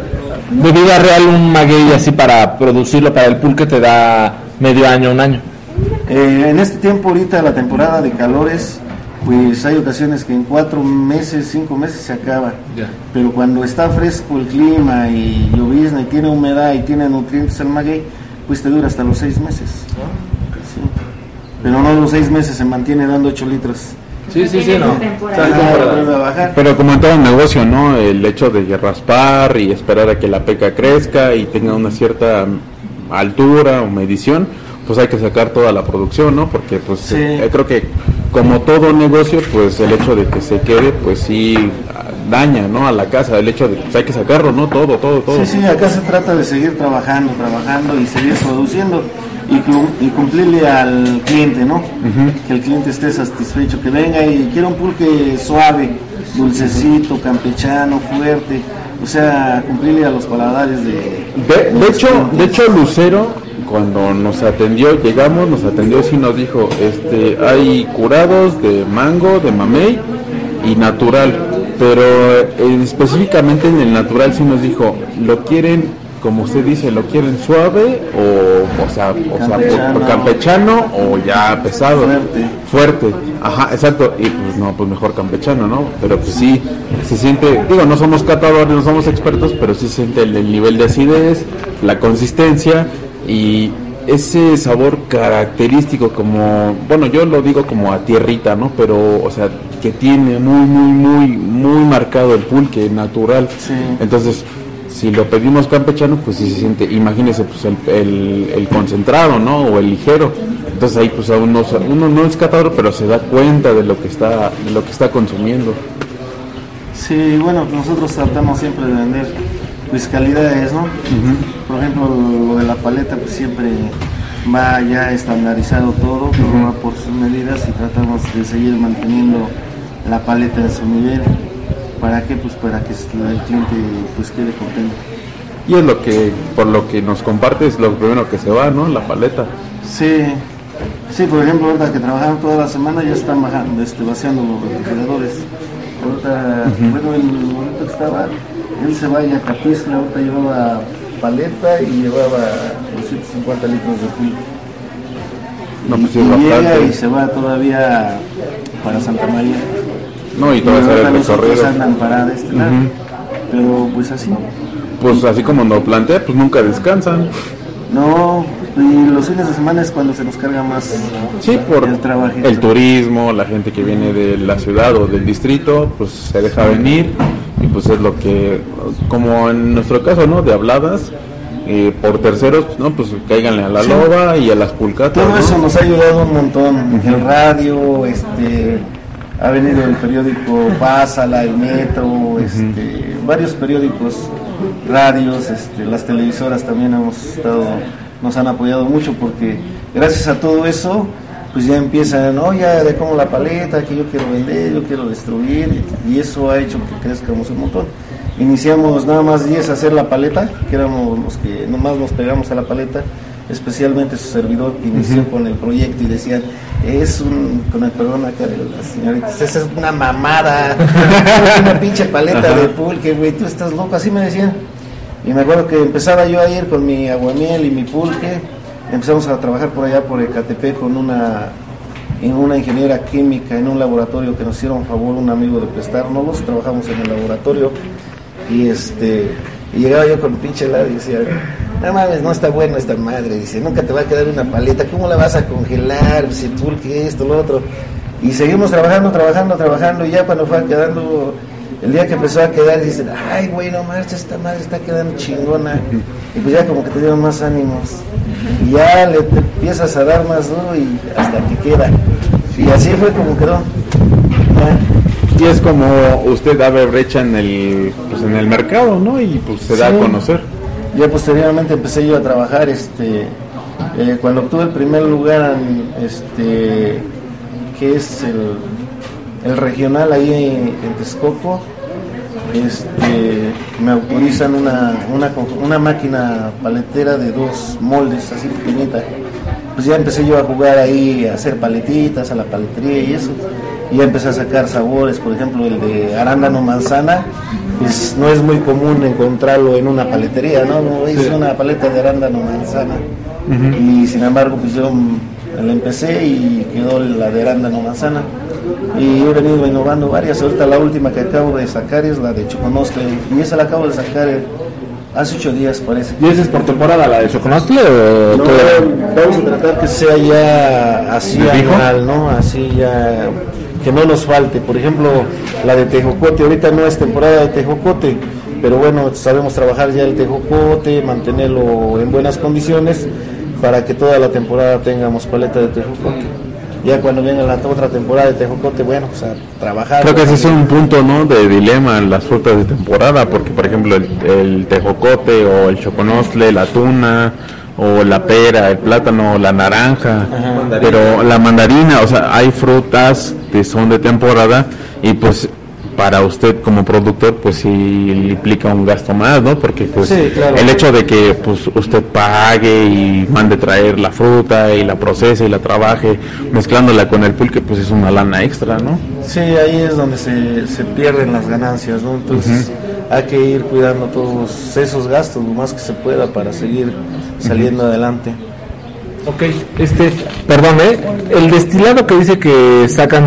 De vida real, un maguey así para producirlo para el pulque te da medio año, un año. Eh, en este tiempo ahorita, la temporada de calores, pues hay ocasiones que en cuatro meses, cinco meses se acaba. Ya. Pero cuando está fresco el clima y llovizna y tiene humedad y tiene nutrientes el maguey, pues te dura hasta los seis meses. Sí. Pero no los seis meses se mantiene dando ocho litros. Sí, sí, sí, no. Ah, vuelve a bajar. Pero como en todo negocio, ¿no? El hecho de raspar y esperar a que la peca crezca y tenga una cierta altura o medición, pues hay que sacar toda la producción, ¿no? Porque pues Sí. eh, creo que como todo negocio, pues el hecho de que se quede, pues sí ah, daña, ¿no? A la casa, el hecho de que pues, hay que sacarlo, ¿no? Todo, todo, todo. Sí, sí, acá se trata de seguir trabajando, trabajando y seguir produciendo y, clu- y cumplirle al cliente, ¿no? Que el cliente esté satisfecho, que venga y quiera un pulque suave, dulcecito, campechano, fuerte, o sea, cumplirle a los paladares de... De, de los hecho, clientes. de hecho Lucero, cuando nos atendió, llegamos, nos atendió, sí nos dijo, este, hay curados de mango, de mamey y natural, pero eh, específicamente en el natural sí nos dijo, lo quieren, como usted dice, lo quieren suave o, o sea, o sea, Campechano. por- campechano o ya pesado, Fuerte. fuerte, ajá, exacto, y pues no, pues mejor campechano, ¿no? Pero pues sí, se siente, digo, no somos catadores, no somos expertos, pero sí se siente el, el nivel de acidez, la consistencia y ese sabor característico como, bueno, yo lo digo como a tierrita, ¿no? Pero, o sea, que tiene muy, muy, muy, muy marcado el pulque natural. Sí. Entonces, si lo pedimos campechano, pues sí se siente, imagínese, pues el, el, el concentrado, ¿no? O el ligero. Entonces ahí pues a uno, uno no es catador, pero se da cuenta de lo que está, de lo que está consumiendo. Sí, bueno, nosotros tratamos siempre de vender pues calidades, ¿no? Por ejemplo, lo de la paleta pues siempre va ya estandarizado todo, todo va por sus medidas y tratamos de seguir manteniendo la paleta en su nivel. ¿Para qué? Pues para que el cliente pues quede contento. Y es lo que, por lo que nos comparte, es lo primero que se va, ¿no? La paleta. Sí, sí, por ejemplo, ahorita que trabajaron toda la semana ya están bajando, este, vaciando los refrigeradores. Ahorita, bueno, el momento que estaba, él se va ya a Capisla, ahorita llevaba paleta y llevaba doscientos cincuenta litros de pulque. No, y, pues sí, y es llega bastante. y se va todavía para Santa María. No, y todo ese ahorita el los otros recorrido. andan para de este lado. Ujú. Pero pues así. Pues así como lo plantea, pues nunca descansan. No, y los fines de semana es cuando se nos carga más Sí, por el trabajito. el turismo, la gente que viene de la ciudad o del distrito, pues se deja venir y pues es lo que, como en nuestro caso, ¿no? De habladas, eh, por terceros, ¿no? Pues cáiganle a la Sí. loba y a las pulcatas, Todo ¿no? eso nos ha ayudado un montón. El radio, este, ha venido el periódico Pásala, el Metro, este, varios periódicos, radios, este, las televisoras también hemos estado, nos han apoyado mucho porque gracias a todo eso, pues ya empiezan, no, ya de como la paleta, que yo quiero vender, yo quiero distribuir, y eso ha hecho que crezcamos un montón. Iniciamos nada más diez a hacer la paleta, que éramos los que nomás nos pegamos a la paleta, especialmente su servidor que inició con el proyecto y decían, es un, con el perdón acá de las señoritas, esa es una mamada, una pinche paleta Ajá. de pulque, güey, tú estás loco, así me decían. Y me acuerdo que empezaba yo a ir con mi aguamiel y mi pulque, empezamos a trabajar por allá por Ecatepec con una, en una ingeniera química, en un laboratorio que nos hicieron favor un amigo de prestárnoslos, trabajamos en el laboratorio y este y llegaba yo con un pinche helado y decía, no mames, no está bueno esta madre, dice, nunca te va a quedar una paleta, ¿cómo la vas a congelar? Si el pulque esto, lo otro. Y seguimos trabajando, trabajando, trabajando, y ya cuando fue quedando, el día que empezó a quedar, dicen, ay güey, no marcha, esta madre está quedando chingona. Y pues ya como que te dieron más ánimos. Y ya le te empiezas a dar más duro y hasta que queda. Y así fue como quedó. Ya. Y es como usted abre brecha en el, pues en el mercado, ¿no? Y pues se da Sí. a conocer. Ya posteriormente empecé yo a trabajar, este, eh, cuando obtuve el primer lugar, en, este, que es el, el regional ahí en, en Texcoco, este, me autorizan una, una, una máquina paletera de dos moldes, así pequeñita, pues ya empecé yo a jugar ahí, a hacer paletitas, a la paletería y eso. Y ya empecé a sacar sabores, por ejemplo, el de arándano manzana, pues no es muy común encontrarlo en una paletería, ¿no? No es una paleta de arándano manzana. Uh-huh. Y sin embargo, pues yo la empecé y quedó la de arándano manzana. Y he venido innovando varias. Ahorita la última que acabo de sacar es la de choconostle. Y esa la acabo de sacar hace ocho días, parece. ¿Y esa es por temporada, la de choconostle? O no, vamos a tratar que sea ya así anual, ¿no? Así ya, que no nos falte. Por ejemplo, la de tejocote. Ahorita no es temporada de tejocote, pero bueno, sabemos trabajar ya el tejocote, mantenerlo en buenas condiciones para que toda la temporada tengamos paleta de tejocote. Ya cuando venga la otra temporada de tejocote, bueno, pues a trabajar. Creo que ese es un punto, ¿no?, de dilema en las frutas de temporada, porque por ejemplo el, el tejocote o el choconostle, la tuna o la pera, el plátano, la naranja, ajá, pero la mandarina, o sea, hay frutas que son de temporada y pues para usted como productor pues sí implica un gasto más, ¿no? Porque pues sí, claro, el hecho de que pues usted pague y mande traer la fruta y la procese y la trabaje mezclándola con el pulque, pues es una lana extra, ¿no? Sí, ahí es donde se, se pierden las ganancias, ¿no? Entonces uh-huh. hay que ir cuidando todos esos gastos lo más que se pueda para seguir saliendo uh-huh. adelante. Ok, este, perdón, ¿eh? El destilado que dice que sacan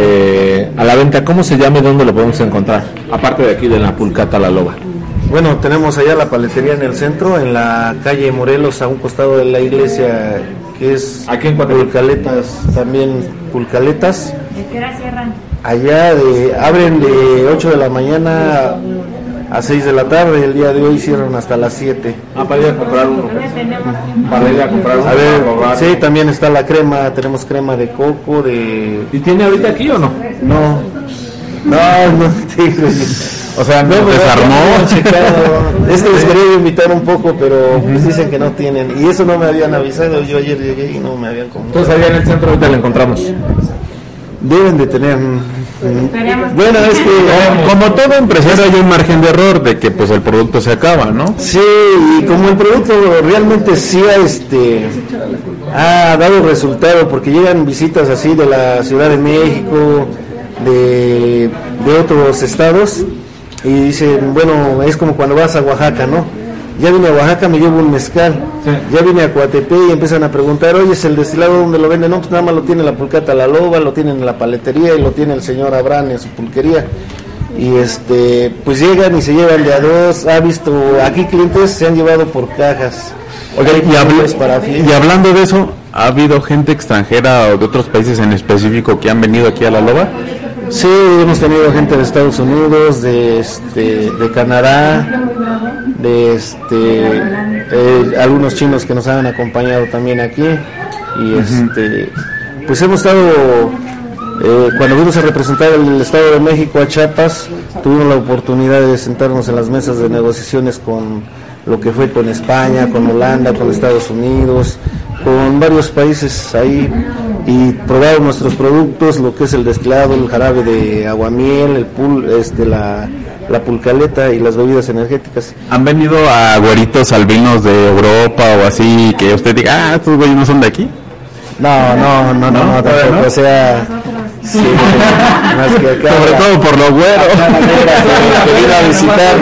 de a la venta, ¿cómo se llama y dónde lo podemos encontrar? Aparte de aquí de la Pulcata La Loba. Bueno, tenemos allá la paletería en el centro, en la calle Morelos, a un costado de la iglesia, que es aquí en Pulcaletas, también Pulcaletas. ¿De qué hora cierran? Allá de, abren de ocho de la mañana a seis de la tarde, el día de hoy cierran hasta las siete. Ah, para ir a comprar uno. Para ir a comprar uno. A ver, sí, también está la crema, tenemos crema de coco, de... ¿Y tiene ahorita aquí o no? No, no, no, tío. O sea, no, desarmó. Es que les quería invitar un poco, pero pues dicen que no tienen. Y eso no me habían avisado, yo ayer llegué y no me habían comunicado. Entonces allá en el centro ahorita lo encontramos. Deben de tener... Bueno, es que como todo empresario hay un margen de error de que pues el producto se acaba, ¿no? Sí, y como el producto realmente sí ha, este, ha dado resultado, porque llegan visitas así de la Ciudad de México, de, de otros estados, y dicen, bueno, es como cuando vas a Oaxaca, ¿no? Ya vine a Oaxaca, me llevo un mezcal. Sí. Ya vine a Coatepec y empiezan a preguntar, oye, ¿es el destilado donde lo venden? No, pues nada más lo tiene la Pulcata La Loba, lo tienen en la paletería y lo tiene el señor Abraham en su pulquería. Y este, pues llegan y se llevan de a dos. Ha visto, aquí clientes se han llevado por cajas. Oiga, y, habl- para y hablando de eso, ¿ha habido gente extranjera o de otros países en específico que han venido aquí a La Loba? Sí, hemos tenido gente de Estados Unidos, de este, de Canadá, de este, eh, algunos chinos que nos han acompañado también aquí, y este, pues hemos estado, eh, cuando fuimos a representar el Estado de México a Chiapas, tuvimos la oportunidad de sentarnos en las mesas de negociaciones con lo que fue con España, con Holanda, con Estados Unidos, con varios países ahí, y probar nuestros productos, lo que es el destilado, el jarabe de aguamiel, el pul, este, la, la pulcaleta y las bebidas energéticas. ¿Han venido a güeritos albinos de Europa o así que usted diga, ah, estos güeyes no son de aquí? No, no, no, no, no, no tampoco, ¿no? O sea, sí, más que acá, sobre todo por los güeros. Que vino a visitar,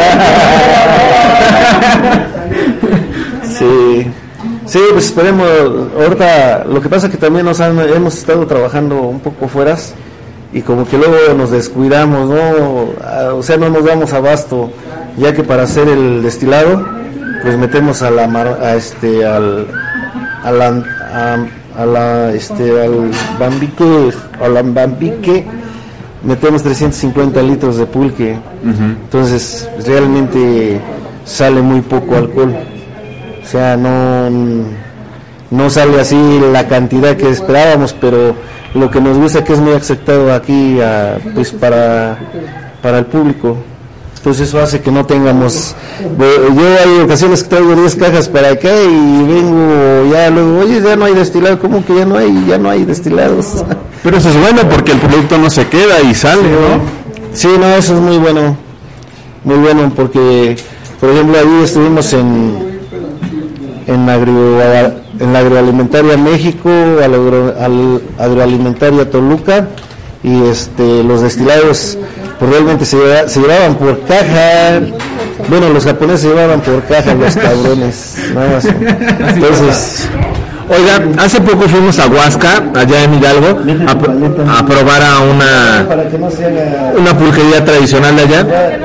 ¿no? Sí. Sí, pues esperemos, ahorita lo que pasa que también nos han, hemos estado trabajando un poco fueras y como que luego nos descuidamos, ¿no? O sea, no nos damos abasto, ya que para hacer el destilado, pues metemos a la mar, a este al a la a, a la este al bambique, al bambique metemos trescientos cincuenta litros de pulque. Uh-huh. Entonces, realmente sale muy poco alcohol. O sea, no, no sale así la cantidad que esperábamos, pero lo que nos gusta es que es muy aceptado aquí a, pues para, para el público. Entonces eso hace que no tengamos... Yo hay ocasiones que traigo diez cajas para acá y vengo ya luego, oye, ya no hay destilado. ¿Cómo que ya no hay? Ya no hay destilados. Pero eso es bueno porque el producto no se queda y sale, ¿no? Sí, no, eso es muy bueno. Muy bueno porque, por ejemplo, ahí estuvimos en... en Agri en la agroalimentaria México, al, agro, al agroalimentaria Toluca, y este los destilados pues realmente se, lleva, se llevaban por caja. Bueno, los japoneses se llevaban por caja, los cabrones, nada más. Entonces, oiga, hace poco fuimos a Huasca, allá en Hidalgo, a, a probar a una una pulquería tradicional de allá.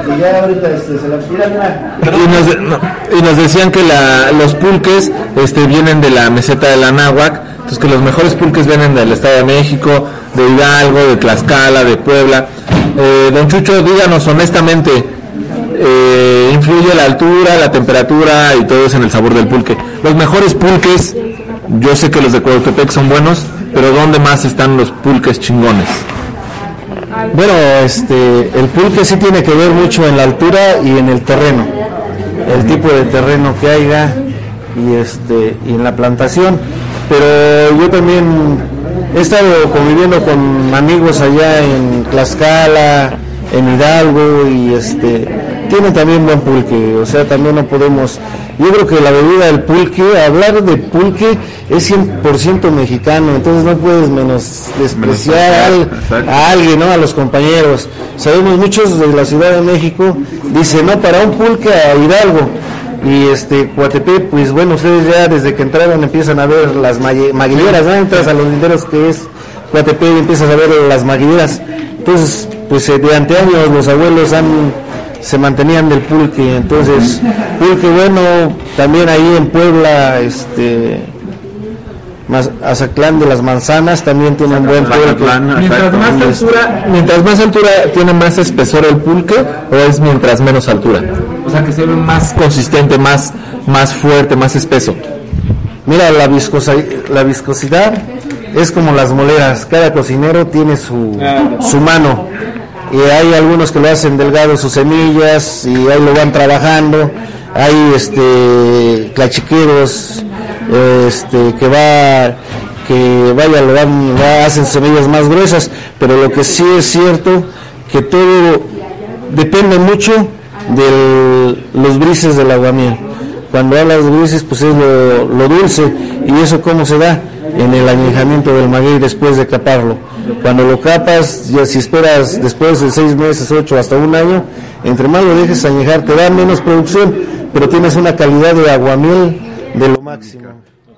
Y nos, no, y nos decían que la, los pulques este, vienen de la meseta de la Náhuac, entonces que los mejores pulques vienen del Estado de México, de Hidalgo, de Tlaxcala, de Puebla. Eh, don Chucho, díganos honestamente, eh, ¿influye la altura, la temperatura y todo eso en el sabor del pulque? Los mejores pulques, yo sé que los de Coatepec son buenos, pero ¿dónde más están los pulques chingones? Bueno, este, el pulque sí tiene que ver mucho en la altura y en el terreno, el tipo de terreno que haya y este y en la plantación. Pero yo también he estado conviviendo con amigos allá en Tlaxcala, en Hidalgo, y este tienen también buen pulque, o sea, también no podemos. Yo creo que la bebida del pulque, hablar de pulque es cien por ciento mexicano, entonces no puedes menos despreciar a, al, a alguien, ¿no? A los compañeros. Sabemos muchos de la Ciudad de México, dicen, no, para un pulque a Hidalgo. Y este, Coatepec, pues bueno, ustedes ya desde que entraron empiezan a ver las maguilleras, ¿no? Entras a los linderos que es Coatepec y empiezas a ver las maguilleras. Entonces, pues de anteaños los abuelos han... se mantenían del pulque, entonces pulque bueno, también ahí en Puebla, este Azatlán de las Manzanas también tienen buen pulque. Mientras más altura, mientras más altura tiene más espesor el pulque, o es mientras menos altura, o sea que se ve más consistente, más más fuerte, más espeso. Mira, la viscosa, la viscosidad es como las moleras, cada cocinero tiene su su mano. Y hay algunos que lo hacen delgado sus semillas y ahí lo van trabajando. Hay este clachiqueros este que va que vaya lo van va, hacen semillas más gruesas, pero lo que sí es cierto que todo depende mucho de los brises del aguamiel. Cuando hablas de brises, pues es lo, lo dulce, y eso cómo se da en el añejamiento del maguey después de caparlo. Cuando lo capas, ya si esperas después de seis meses, ocho, hasta un año, entre más lo dejes añejar, te da menos producción, pero tienes una calidad de aguamiel de lo máximo.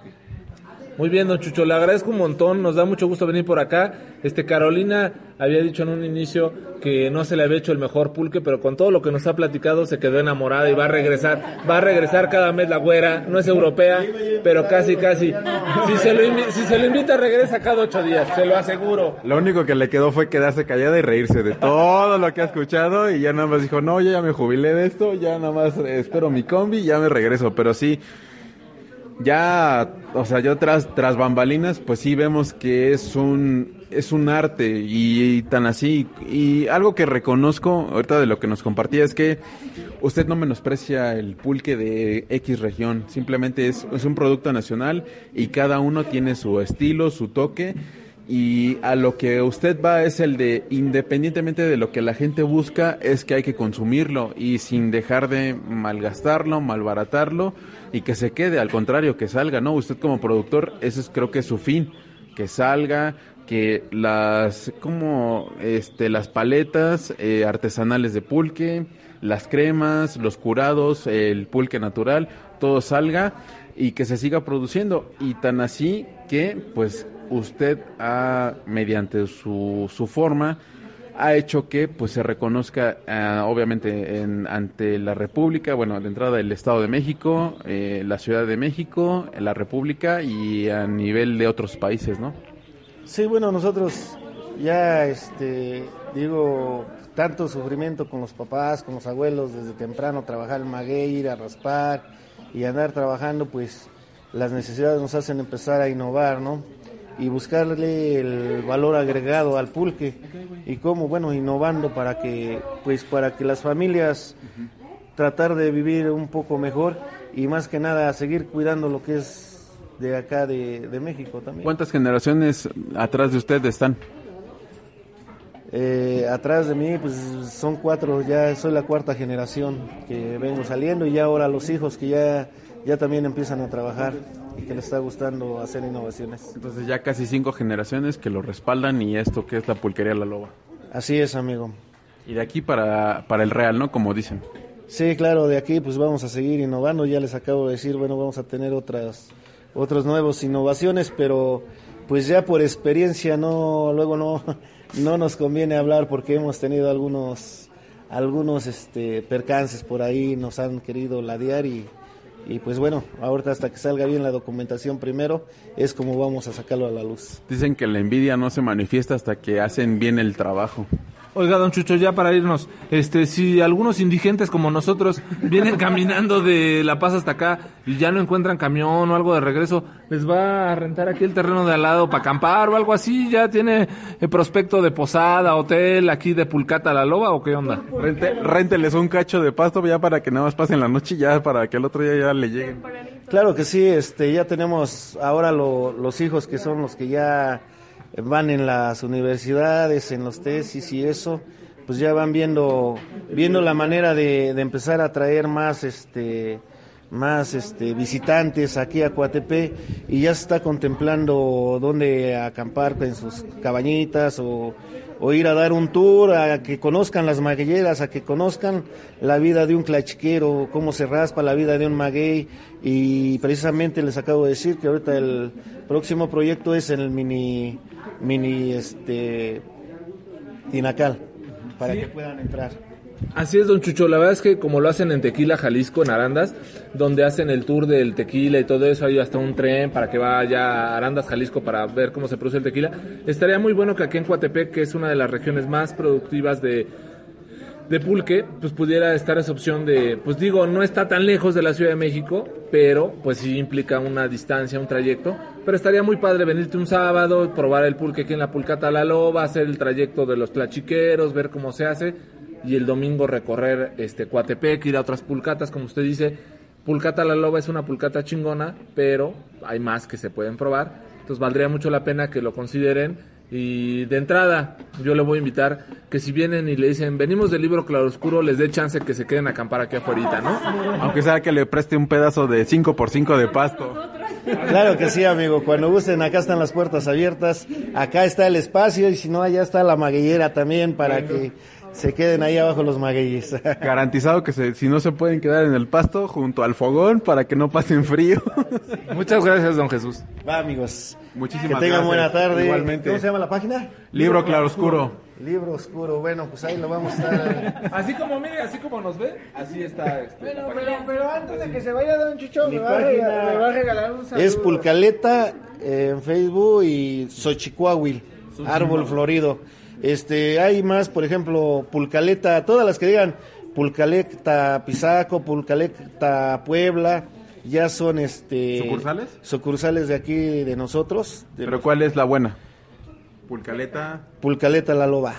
Muy bien, don Chucho, le agradezco un montón, nos da mucho gusto venir por acá. Este Carolina había dicho en un inicio que no se le había hecho el mejor pulque, pero con todo lo que nos ha platicado se quedó enamorada y va a regresar, va a regresar cada mes la güera, no es europea, pero casi casi. Si se lo, invi- si se lo invita regresa cada ocho días, se lo aseguro. Lo único que le quedó fue quedarse callada y reírse de todo lo que ha escuchado, y ya nada más dijo, no, yo ya me jubilé de esto, ya nada más espero mi combi y ya me regreso, pero sí. Ya, o sea, yo tras tras bambalinas, pues sí vemos que es un es un arte y, y tan así. Y algo que reconozco ahorita de lo que nos compartía es que usted no menosprecia el pulque de X región, simplemente es, es un producto nacional y cada uno tiene su estilo, su toque. Y a lo que usted va es el de, independientemente de lo que la gente busca, es que hay que consumirlo y sin dejar de malgastarlo, malbaratarlo y que se quede, al contrario, que salga, ¿no? Usted como productor, ese es creo que es su fin, que salga, que las, como, este, las paletas eh, artesanales de pulque, las cremas, los curados, el pulque natural, todo salga y que se siga produciendo. Y tan así que, pues, usted ha, mediante su, su forma, ha hecho que pues se reconozca uh, obviamente en, ante la República, bueno, de entrada el Estado de México, eh, la Ciudad de México, la República y a nivel de otros países, ¿no? Sí, bueno, nosotros ya, este, digo, tanto sufrimiento con los papás, con los abuelos, desde temprano trabajar el maguey, ir a raspar y andar trabajando, pues las necesidades nos hacen empezar a innovar, ¿no? Y buscarle el valor agregado al pulque y cómo, bueno, innovando para que pues para que las familias tratar de vivir un poco mejor y más que nada seguir cuidando lo que es de acá de, de México también. ¿Cuántas generaciones atrás de usted están? Eh, atrás de mí, pues son cuatro, ya soy la cuarta generación que vengo saliendo y ya ahora los hijos que ya, ya también empiezan a trabajar y que les está gustando hacer innovaciones. Entonces ya casi cinco generaciones que lo respaldan y esto que es la pulquería La Loba. Así es, amigo. Y de aquí para, para el Real, ¿no? Como dicen. Sí, claro, de aquí pues vamos a seguir innovando, ya les acabo de decir, bueno, vamos a tener otras, otras nuevas innovaciones, pero pues ya por experiencia no, luego no... No nos conviene hablar porque hemos tenido algunos algunos este percances por ahí, nos han querido ladear y, y pues bueno, ahorita hasta que salga bien la documentación primero es como vamos a sacarlo a la luz. Dicen que la envidia no se manifiesta hasta que hacen bien el trabajo. Oiga, don Chucho, ya para irnos, este, si algunos indigentes como nosotros vienen caminando de La Paz hasta acá y ya no encuentran camión o algo de regreso, ¿les va a rentar aquí el terreno de al lado para acampar o algo así? ¿Ya tiene el prospecto de posada, hotel aquí de Pulcata La Loba o qué onda? Rente, rénteles un cacho de pasto ya para que nada más pasen la noche y ya para que el otro día ya le lleguen. Claro que sí, este, ya tenemos ahora lo, los hijos que son los que ya van en las universidades, en los tesis y eso, pues ya van viendo viendo la manera de, de empezar a traer más este más este visitantes aquí a Coatepec y ya se está contemplando dónde acampar en sus cabañitas o, o ir a dar un tour, a que conozcan las magueyeras, a que conozcan la vida de un clachiquero, cómo se raspa la vida de un maguey. Y precisamente les acabo de decir que ahorita el próximo proyecto es en el mini mini este tinacal para sí. que puedan entrar. Así es, don Chucho, la verdad es que como lo hacen en Tequila, Jalisco, en Arandas, donde hacen el tour del tequila y todo eso, hay hasta un tren para que vaya a Arandas, Jalisco, para ver cómo se produce el tequila. Estaría muy bueno que aquí en Coatepec, que es una de las regiones más productivas de de pulque, pues pudiera estar esa opción de, pues digo, no está tan lejos de la Ciudad de México, pero pues sí implica una distancia, un trayecto, pero estaría muy padre venirte un sábado, probar el pulque aquí en la Pulcata La Loba, hacer el trayecto de los tlachiqueros, ver cómo se hace, y el domingo recorrer este Coatepec, ir a otras pulcatas, como usted dice. Pulcata La Loba es una pulcata chingona, pero hay más que se pueden probar, entonces valdría mucho la pena que lo consideren. Y de entrada, yo le voy a invitar que si vienen y le dicen, venimos del Libro Claroscuro, les dé chance que se queden a acampar aquí afuera, ¿no? Aunque sea que le preste un pedazo de cinco por cinco de pasto. Claro que sí, amigo, cuando gusten, acá están las puertas abiertas, acá está el espacio y si no, allá está la magueyera también para que se queden ahí abajo los magueyes. Garantizado que se, si no se pueden quedar en el pasto, junto al fogón para que no pasen frío. Muchas gracias, don Jesús. Va, amigos. Muchísimas que tengan gracias. buena tarde. Igualmente. ¿Cómo se llama la página? Libro Claroscuro. Libro Oscuro. Bueno, pues ahí lo vamos a estar. Así como mire, así como nos ve, así está. Este, Bueno, pero, pero antes de que se vaya don Chucho, Mi me va, a página regalar, me va a regalar un saludo. Es Pulcaleta eh, en Facebook y Xochicuahuil, árbol florido. Este, hay más, por ejemplo, Pulcaleta, todas las que digan Pulcaleta Pisaco, Pulcaleta Puebla, ya son este ¿Sucursales? Sucursales de aquí de nosotros. De ¿Pero los... cuál es la buena? Pulcaleta. Pulcaleta La Loba.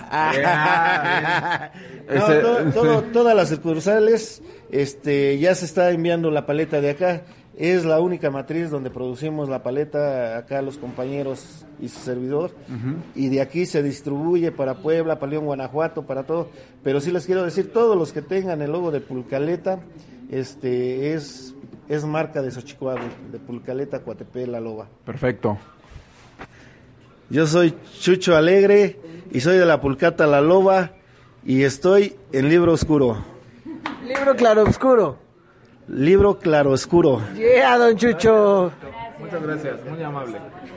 Yeah, no, Ese... todo, todo, todas las sucursales, este, ya se está enviando la paleta de acá. Es la única matriz donde producimos la paleta, acá los compañeros y su servidor, uh-huh. Y de aquí se distribuye para Puebla, para León, Guanajuato, para todo. Pero sí les quiero decir, todos los que tengan el logo de Pulcaleta, este, es, es marca de Xochicuahuil, de Pulcaleta Coatepec La Loba. Perfecto. Yo soy Chucho Alegre y soy de la Pulcata La Loba y estoy en Libro Oscuro. Libro Claroscuro. Libro Claroscuro. Yeah, don Chucho. Muchas gracias, muy amable.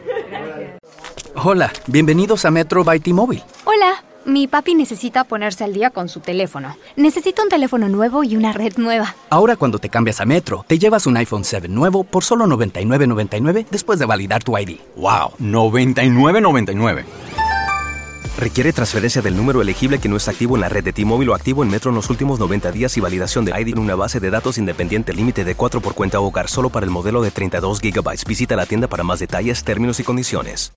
Hola, bienvenidos a Metro by T-Mobile. Hola, mi papi necesita ponerse al día con su teléfono. Necesito un teléfono nuevo y una red nueva. Ahora cuando te cambias a Metro, te llevas un iPhone siete nuevo por solo noventa y nueve noventa y nueve después de validar tu I D. ¡Wow! noventa y nueve noventa y nueve. Requiere transferencia del número elegible que no está activo en la red de T-Mobile o activo en Metro en los últimos noventa días y validación de I D en una base de datos independiente límite de cuatro por cuenta o hogar solo para el modelo de treinta y dos gigabytes. Visita la tienda para más detalles, términos y condiciones.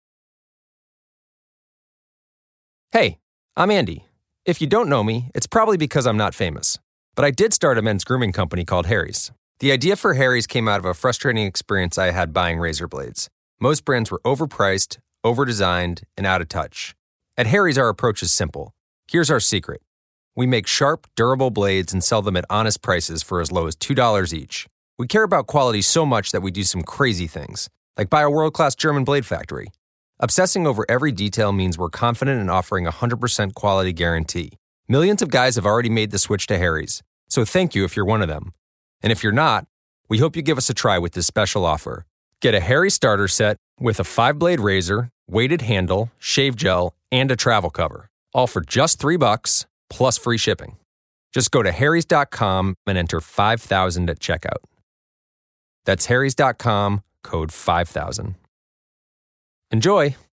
Hey, I'm Andy. If you don't know me, it's probably because I'm not famous. But I did start a men's grooming company called Harry's. The idea for Harry's came out of a frustrating experience I had buying razor blades. Most brands were overpriced, overdesigned, and out of touch. At Harry's, our approach is simple. Here's our secret. We make sharp, durable blades and sell them at honest prices for as low as two dollars each. We care about quality so much that we do some crazy things, like buy a world-class German blade factory. Obsessing over every detail means we're confident in offering a one hundred percent quality guarantee. Millions of guys have already made the switch to Harry's, so thank you if you're one of them. And if you're not, we hope you give us a try with this special offer. Get a Harry starter set with a five-blade razor, weighted handle, shave gel, and a travel cover, all for just three bucks plus free shipping. Just go to harrys dot com and enter five thousand at checkout. That's harrys dot com, code five thousand. Enjoy!